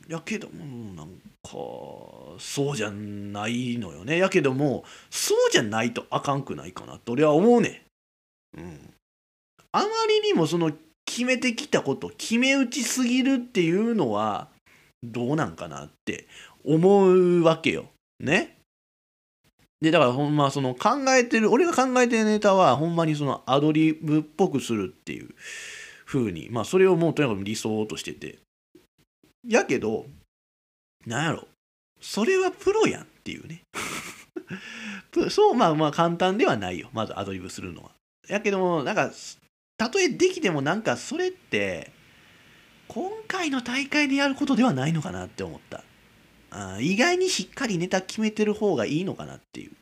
やけどもなんかそうじゃないのよね。やけどもそうじゃないとあかんくないかなと俺は思うねん。あまりにもその決めてきたこと決め打ちすぎるっていうのはどうなんかなって思うわけよ。ね。でだからほんまその俺が考えてるネタはほんまにそのアドリブっぽくするっていう風にそれをもうとにかく理想としてて、やけどなんやろ、それはプロやんっていうね。そう簡単ではないよ、まずアドリブするのは。やけどもなんかたとえできてもなんかそれって今回の大会でやることではないのかなって思った。意外にしっかりネタ決めてる方がいいのかなっていう。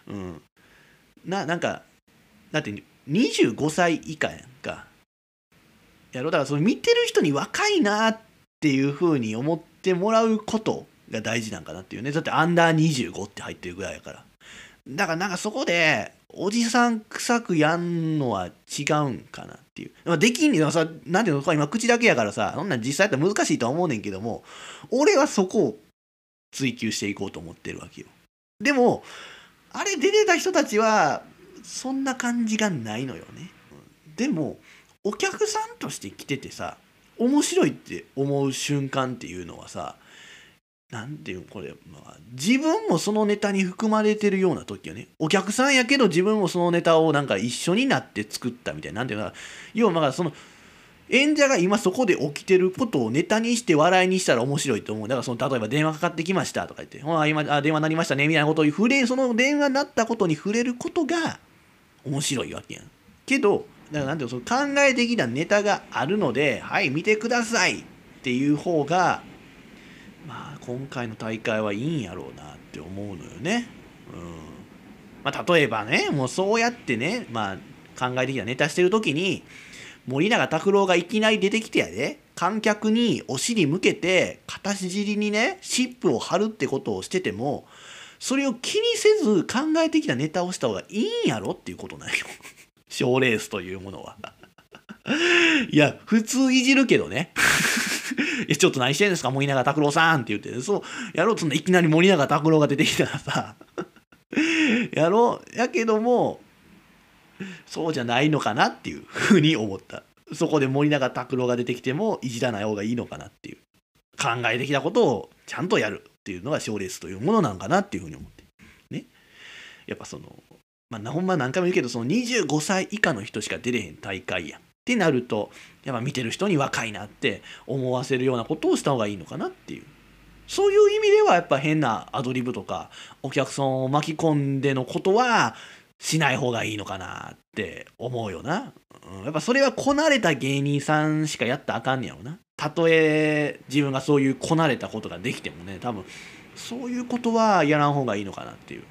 なんかだって25歳以下やんか。やろ、だからその見てる人に若いなっていう風に思ってもらうことが大事なんかなっていうね。だってアンダー25って入ってるぐらいやから。だからなんかそこでおじさん臭くやんのは違うんかなっていう。できんねんさ、なんていうの、今口だけやからさ、そんなん実際やったら難しいとは思うねんけども、俺はそこを追求していこうと思ってるわけよ。でもあれ出てた人たちはそんな感じがないのよね。でもお客さんとして来ててさ、面白いって思う瞬間っていうのはさ、なんていうのこれ、自分もそのネタに含まれてるような時よね。お客さんやけど自分もそのネタをなんか一緒になって作ったみたいな。なんていうのかな、要はその演者が今そこで起きてることをネタにして笑いにしたら面白いと思う。だからその例えば電話かかってきましたとか言って、今電話鳴りましたねみたいなことをその電話鳴ったことに触れることが面白いわけやん。けどだからなんていうの、その考えてきたネタがあるので、はい見てくださいっていう方が今回の大会はいいんやろうなって思うのよね。例えばね、もうそうやってね、考えてきたネタしてる時に森永卓郎がいきなり出てきてやで、観客にお尻向けて片尻にね湿布を貼るってことをしてても、それを気にせず考えてきたネタをした方がいいんやろっていうことなんよ。賞レースというものは。いや普通いじるけどね。ちょっと何してんですか森永卓郎さんって言って、そうやろうといきなり森永卓郎が出てきたらさやろう、やけどもそうじゃないのかなっていうふうに思った。そこで森永卓郎が出てきてもいじらない方がいいのかなっていう、考えてきたことをちゃんとやるっていうのが賞レースというものなんかなっていうふうに思ってね。やっぱそのほんま何回も言うけど、その25歳以下の人しか出れへん大会やんってなると、やっぱ見てる人に若いなって思わせるようなことをした方がいいのかなっていう、そういう意味ではやっぱ変なアドリブとかお客さんを巻き込んでのことはしない方がいいのかなって思うよな。やっぱそれはこなれた芸人さんしかやったらあかんねやろな。たとえ自分がそういうこなれたことができてもね、多分そういうことはやらん方がいいのかなっていう。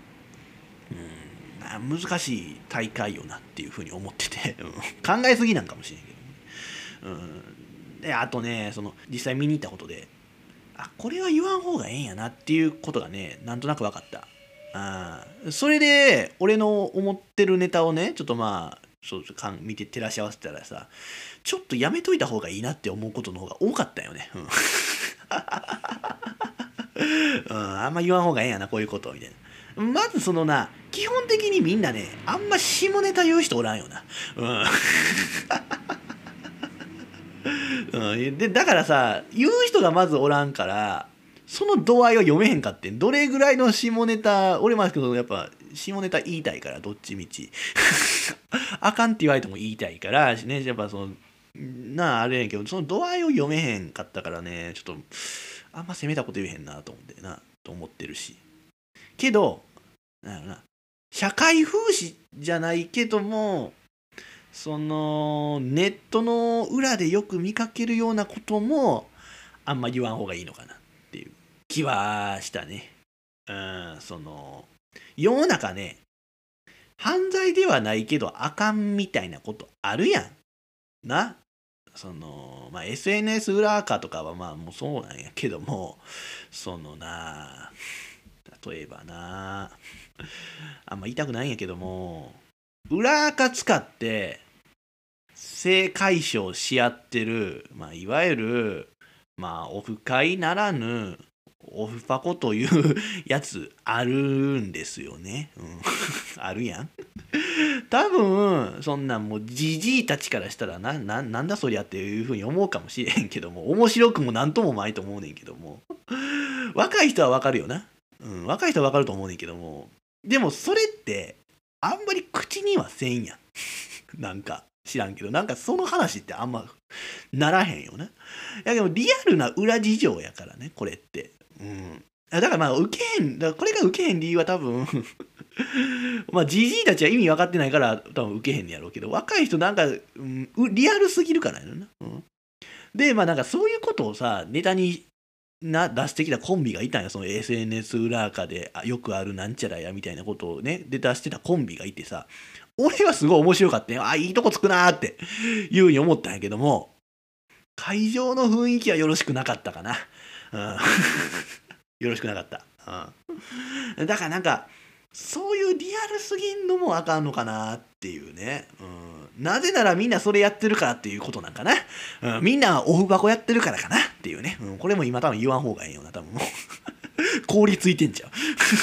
難しい大会よなっていうふうに思ってて、考えすぎなんかもしれんけど、であとね、その実際見に行ったことで、これは言わん方がええんやなっていうことがね、なんとなく分かった。それで俺の思ってるネタをねちょっとそう見て照らし合わせたらさ、ちょっとやめといた方がいいなって思うことの方が多かったよね。あんま言わん方がええんやなこういうことみたいな。まずその基本的にみんなねあんま下ネタ言う人おらんよな。でだからさ、言う人がまずおらんから、その度合いは読めへんかってん。どれぐらいの下ネタ、俺もですけどやっぱ下ネタ言いたいから、どっちみちあかんって言われても言いたいからね、やっぱそのあれやんけど、その度合いを読めへんかったからね、ちょっとあんま攻めたこと言えへんなと思ってと思ってるし、けど社会風刺じゃないけども、そのネットの裏でよく見かけるようなこともあんま言わん方がいいのかなっていう気はしたね。その世の中ね、犯罪ではないけどあかんみたいなことあるやんな。そのSNS 裏垢とかはもうそうなんやけども、その例えばあんま言いたくないんやけども、裏垢使って性解消し合ってる、いわゆるまあオフ会ならぬオフパコというやつあるんですよね。あるやん。多分そんなんもうじじいたちからしたらなんだそりゃっていうふうに思うかもしれへんけども、面白くもなんともないと思うねんけども、若い人はわかるよな。若い人はわかると思うねんけども、でもそれってあんまり口にはせんやん。なんか知らんけど、なんかその話ってあんまならへんよな。やけどリアルな裏事情やからね、これって。だからまあ受けへん、だからこれが受けへん理由は多分まあじじいたちは意味分かってないから多分受けへんねやろうけど、若い人なんか、リアルすぎるからやろな。でまあなんかそういうことをさネタに出してきたコンビがいたんや。その SNS 裏垢でよくあるなんちゃらやみたいなことをねで出してたコンビがいてさ、俺はすごい面白かったよ。いいとこつくなーっていうふうに思ったんやけども、会場の雰囲気はよろしくなかったかな。よろしくなかった。だからなんかそういうリアルすぎんのもあかんのかなっていうね。なぜならみんなそれやってるからっていうことなんかな。みんなオフ箱やってるからかなっていうね。これも今多分言わん方がええよな、多分もう。凍りついてんちゃう。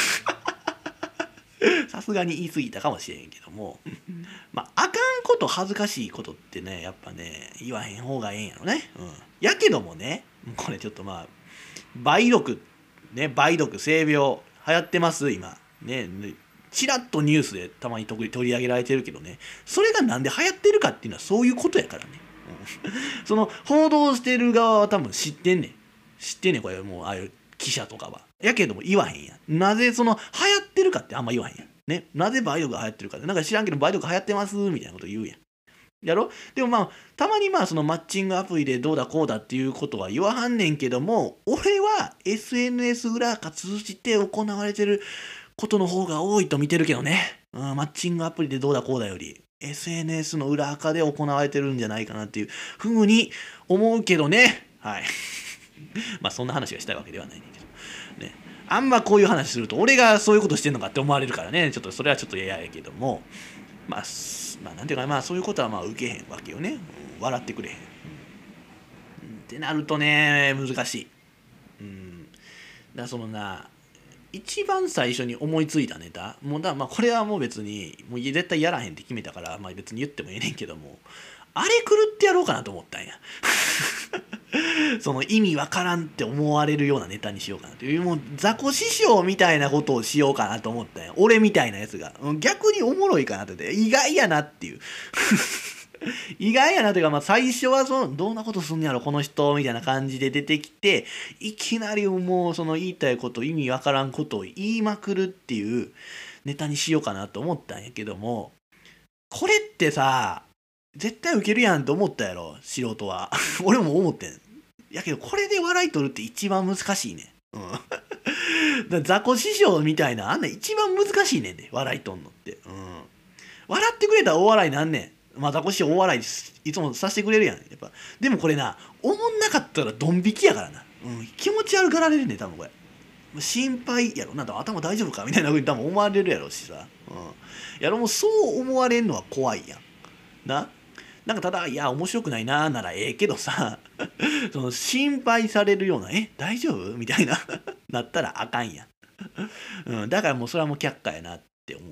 さすがに言い過ぎたかもしれんけども。まあ、あかんこと恥ずかしいことってね、やっぱね、言わへん方がええんやろね。やけどもね、これちょっとまあ、梅毒、性病、流行ってます、今。ね、ちらっとニュースでたまに取り上げられてるけどね、それがなんで流行ってるかっていうのはそういうことやからね。その報道してる側は多分知ってんねん、これもうああいう記者とかは。やけども言わへんやん。なぜその流行ってるかってあんま言わへんやん。ね、なぜ梅毒が流行ってるかって、なんか知らんけど梅毒流行ってますみたいなこと言うやん。やろ。でもまあたまにまあそのマッチングアプリでどうだこうだっていうことは言わはんねんけども、俺は SNS 裏垢通じて行われてることの方が多いと見てるけどね。マッチングアプリでどうだこうだより SNS の裏垢で行われてるんじゃないかなっていうふうに思うけどね。はい。まあそんな話がしたいわけではないんだけどね。あんまこういう話すると俺がそういうことしてんのかって思われるからね、ちょっとそれはちょっと嫌やけども、まあなんていうか、まあそういうことはまあ受けへんわけよね。笑ってくれへん。ってなるとね難しい。だからそのな、一番最初に思いついたネタもうだ、まあこれはもう別にもう絶対やらへんって決めたから、まあ別に言ってもええねんけども、あれ狂ってやろうかなと思ったんや。その意味わからんって思われるようなネタにしようかなという、もう雑魚師匠みたいなことをしようかなと思ったんや。俺みたいなやつが逆におもろいかなって、意外やなっていう意外やなというか、まあ最初はそのどんなことすんねやろこの人みたいな感じで出てきて、いきなりもうその言いたいこと意味わからんことを言いまくるっていうネタにしようかなと思ったんやけども、これってさ絶対ウケるやんと思ったやろ素人は。俺も思ってんやけど、これで笑い取るって一番難しいね。だ雑魚師匠みたいなあんな一番難しいねんで、笑い取んのって。笑ってくれたら大笑いなんねん。まあ雑魚師匠大笑いいつもさせてくれるやんやっぱ。でもこれな、おもんなかったらドン引きやからな。気持ち悪がられるねん多分これ。心配やろなんだ、頭大丈夫かみたいな風に多分思われるやろしさ。やろ、もうそう思われんのは怖いやんな。なんかただいや面白くないなーならええけどさ、その心配されるような大丈夫みたいななったらあかんやん。だからもうそれはもう却下やなって思って、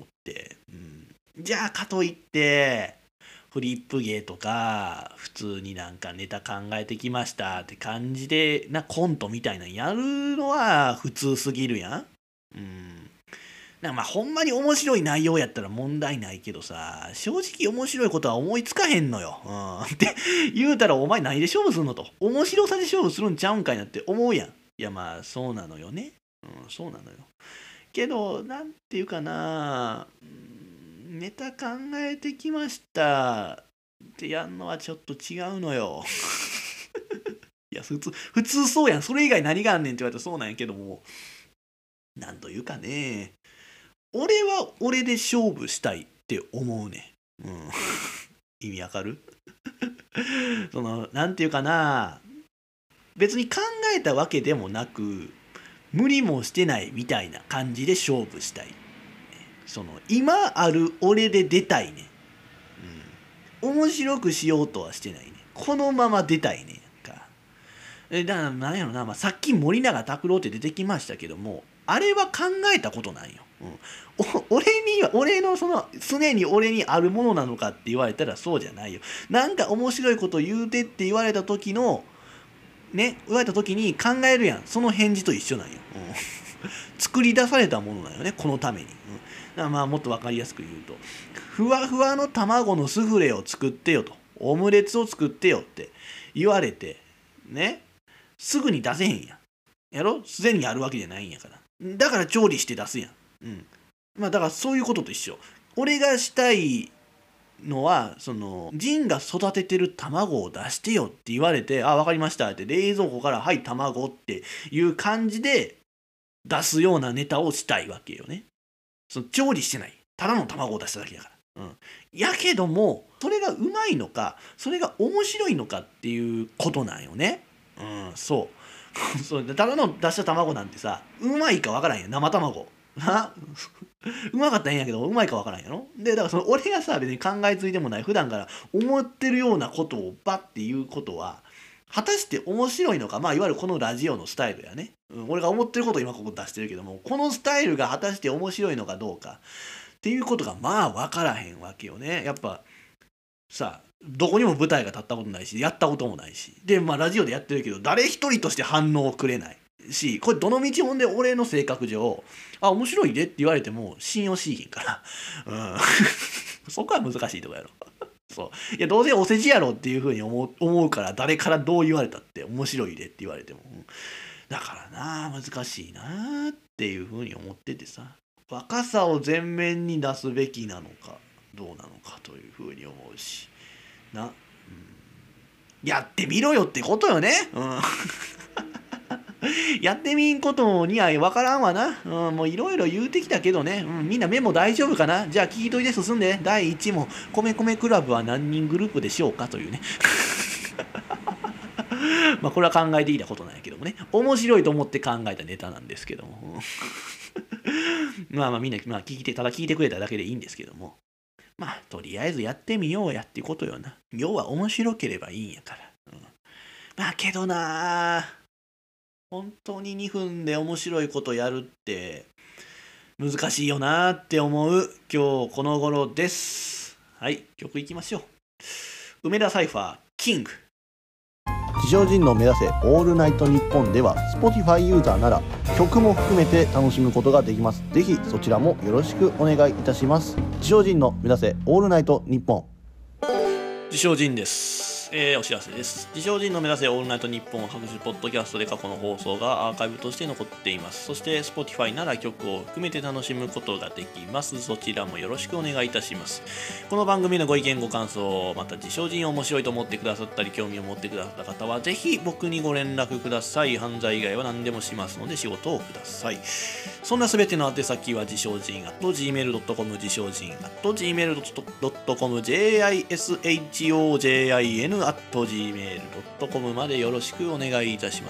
じゃあかといってフリップ芸とか普通になんかネタ考えてきましたって感じでコントみたいなのやるのは普通すぎるやん。なんかまあほんまに面白い内容やったら問題ないけどさ、正直面白いことは思いつかへんのよ。って言うたらお前何で勝負すんのと。面白さで勝負するんちゃうんかいなって思うやん。いやまあそうなのよね。そうなのよ。けどなんていうかな、ネタ考えてきましたってやんのはちょっと違うのよ。いや普通そうやん。それ以外何があんねんって言われたらそうなんやけども、なんというかね、俺は俺で勝負したいって思うね。意味わかる？そのなんていうかな、別に考えたわけでもなく無理もしてないみたいな感じで勝負したい。その今ある俺で出たいね。面白くしようとはしてないね。このまま出たいね。 だからなんやろな、さっき森永卓郎って出てきましたけども、あれは考えたことないよ。俺のその常に俺にあるものなのかって言われたらそうじゃないよ。なんか面白いこと言うてって言われた時のね、言われた時に考えるやん。その返事と一緒なんよ。作り出されたものなんよね、このために。だからもっと分かりやすく言うと、ふわふわの卵のスフレを作ってよと、オムレツを作ってよって言われてね、すぐに出せへんやん。やろ、すでにあるわけじゃないんやから。だから調理して出すやん。だからそういうことと一緒。俺がしたいのは、そのジンが育ててる卵を出してよって言われて、あ、分かりましたって冷蔵庫からはい卵っていう感じで出すようなネタをしたいわけよね。その調理してない、ただの卵を出しただけだから。やけどもそれがうまいのか、それが面白いのかっていうことなんよね。そうそうただの出した卵なんてさ、うまいかわからんやん、生卵うまかったらいいんやけど、うまいかわからんやろ。でだからその俺がさ、別に考えついてもない普段から思ってるようなことをバッて言うことは果たして面白いのか。いわゆるこのラジオのスタイルやね。俺が思ってることを今ここ出してるけども、このスタイルが果たして面白いのかどうかっていうことが分からへんわけよね。やっぱさ、どこにも舞台が立ったことないし、やったこともないし、でラジオでやってるけど誰一人として反応をくれないし、これどの道ほんで俺の性格上、あ、面白いでって言われても信用しいひんからそこは難しいとこやろいや、どうせお世辞やろっていうふうに思うから、誰からどう言われたって面白いでって言われても、だからな、難しいなっていうふうに思っててさ、若さを前面に出すべきなのかどうなのかというふうに思うしな、やってみろよってことよね。やってみんことには分からんわな。もういろいろ言うてきたけどね、みんなメモ大丈夫かな。じゃあ聞いといて進んで。第1問、米米クラブは何人グループでしょうかというねこれは考えていたことなんやけどもね、面白いと思って考えたネタなんですけどもみんなただ聞いてくれただけでいいんですけども、とりあえずやってみようやっていうことよな。要は面白ければいいんやから。けどな、本当に2分で面白いことやるって難しいよなって思う今日この頃です。はい、曲いきましょう。梅田サイファーキング。 自称人の目指せオールナイトニッポンでは Spotify ユーザーなら曲も含めて楽しむことができます。ぜひそちらもよろしくお願いいたします。自称人の目指せオールナイトニッポン。 自称人です。お知らせです。自称人の目指せオールナイトニッポンは各種ポッドキャストで過去の放送がアーカイブとして残っています。そして Spotify なら曲を含めて楽しむことができます。そちらもよろしくお願いいたします。この番組のご意見ご感想、また自称人を面白いと思ってくださったり興味を持ってくださった方はぜひ僕にご連絡ください。犯罪以外は何でもしますので仕事をください。そんなすべての宛先は自称人@gmail.com、自称人@gmail.com、jishojin@gmail.com までよろしくお願いいたします。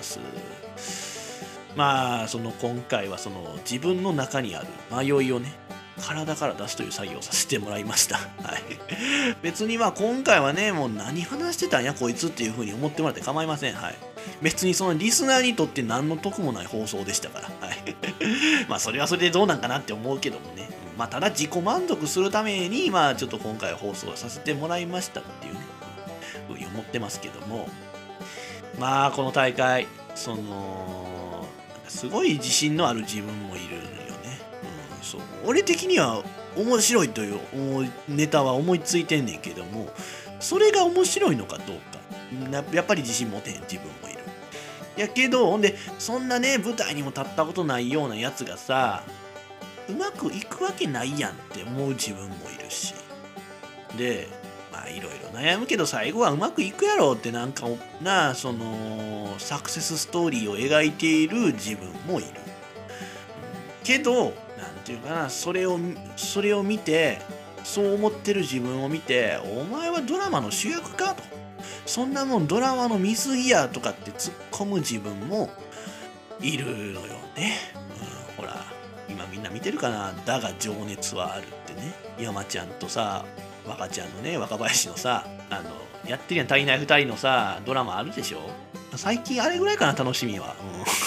今回は自分の中にある迷いをね、体から出すという作業をさせてもらいました。はい。別に今回はね、もう何話してたんやこいつっていう風に思ってもらって構いません。はい。別にそのリスナーにとって何の得もない放送でしたから。はい。それはそれでどうなんかなって思うけどもね。ただ自己満足するために、ちょっと今回放送させてもらいましたっていうね、ふうに思ってますけども。この大会、すごい自信のある自分もいるよね。俺的には面白いというネタは思いついてんねんけども、それが面白いのかどうかやっぱり自信持てへん自分もいる。やけどほんでそんなね、舞台にも立ったことないようなやつがさ、うまくいくわけないやんって思う自分もいるし、でいろいろ悩むけど最後はうまくいくやろってサクセスストーリーを描いている自分もいるけど、っていうかな、それを見て、そう思ってる自分を見て、お前はドラマの主役かと、そんなもんドラマの見過ぎやとかって突っ込む自分もいるのよね。ほら今みんな見てるかな、だが情熱はあるってね、山ちゃんとさ若ちゃんのね、若林のさやってるやん、足りない2人のさドラマあるでしょ。 最近あれぐらいかな、楽しみは。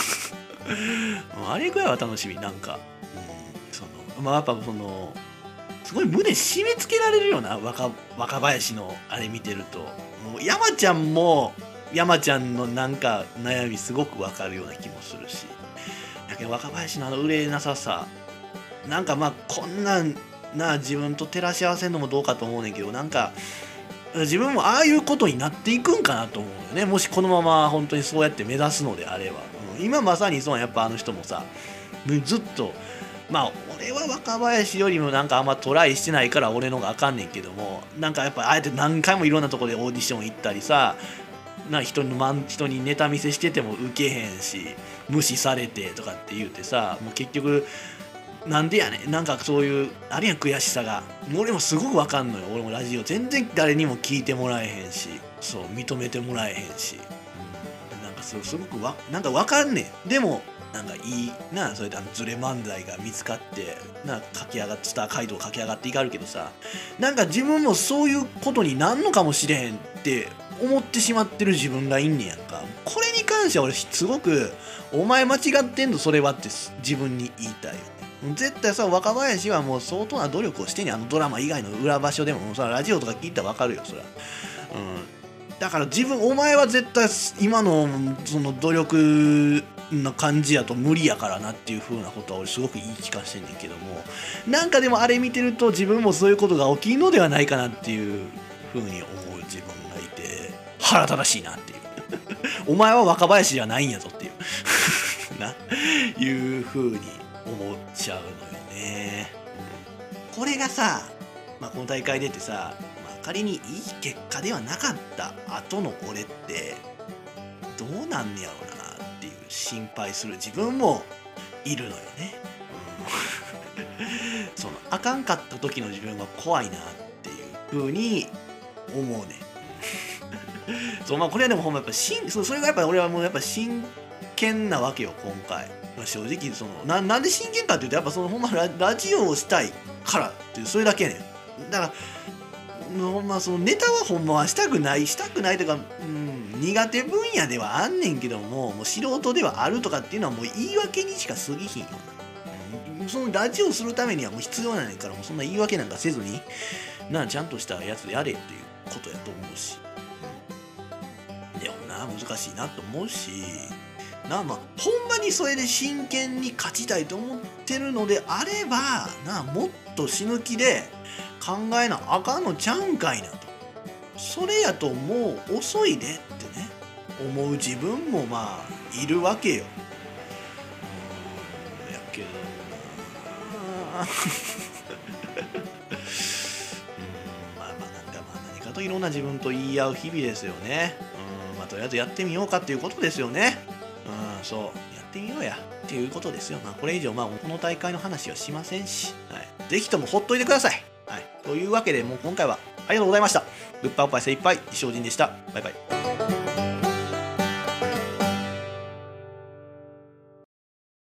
あれぐらいは楽しみ、なんか。やっぱすごい胸締め付けられるような若林のあれ見てると、もう山ちゃんも山ちゃんのなんか悩みすごくわかるような気もするし、だけど若林の売れなささ、なんかこんなん自分と照らし合わせるのもどうかと思うねんけど、なんか自分もああいうことになっていくんかなと思うよね、もしこのまま本当にそうやって目指すのであれば。今まさにそう、やっぱあの人もさ、ずっと俺は若林よりもなんかあんまトライしてないから俺のがあかんねんけども、なんかやっぱあえて何回もいろんなとこでオーディション行ったりさ、人にネタ見せしててもウケへんし、無視されてとかって言うてさ、もう結局なんでやねん、なんかそういうあるやん、悔しさが。俺もすごくわかんのよ。俺もラジオ全然誰にも聞いてもらえへんし、そう認めてもらえへんし、なんかすごくなんかわかんねん。でもなんかいいな、それでズレ漫才が見つかって駆け上がってスター街道駆け上がっていかるけどさ、なんか自分もそういうことになんのかもしれへんって思ってしまってる自分がいんねやんか。これに関しては俺すごくお前間違ってんのそれはって自分に言いたいよね。絶対さ、若林はもう相当な努力をしてんねん。ドラマ以外の裏場所でもさ、ラジオとか聞いたら分かるよ、そりゃ。だからお前は絶対今のその努力な感じやと無理やからなっていう風なことは俺すごく言い聞かせてんねんけども、なんかでもあれ見てると自分もそういうことが起きるのではないかなっていう風に思う自分がいて、腹立たしいなっていうお前は若林じゃないんやぞっていういう風に思っちゃうのよね。これがさ、この大会出てさ、仮にいい結果ではなかった後の俺ってどうなんねやろうなっていう心配する自分もいるのよね。そのあかんかった時の自分が怖いなっていう風に思うね。そうこれはでもほんまやっぱそれがやっぱ俺はもうやっぱ真剣なわけよ今回。正直なんで真剣かっていうと、やっぱほんまラジオをしたいからっていうそれだけね。だからそのネタはほんまはしたくないとか、苦手分野ではあんねんけども、もう素人ではあるとかっていうのはもう言い訳にしか過ぎひんよな。そのラジオするためにはもう必要なんやから、もうそんな言い訳なんかせずにちゃんとしたやつでやれっていうことやと思うし、でも難しいなと思うしほんまにそれで真剣に勝ちたいと思ってるのであればもっと死ぬ気で考えなあかんのちゃうんかいなと。それやともう遅いでってね思う自分もいるわけよ。やけど何かといろんな自分と言い合う日々ですよね。とりあえずやってみようかっていうことですよね。そうやってみようやっていうことですよ。これ以上この大会の話はしませんし、ぜひともほっといてください。というわけでもう今回はありがとうございました。グッバイおっぱい精いっぱい、石尾仁でした。バイバイ。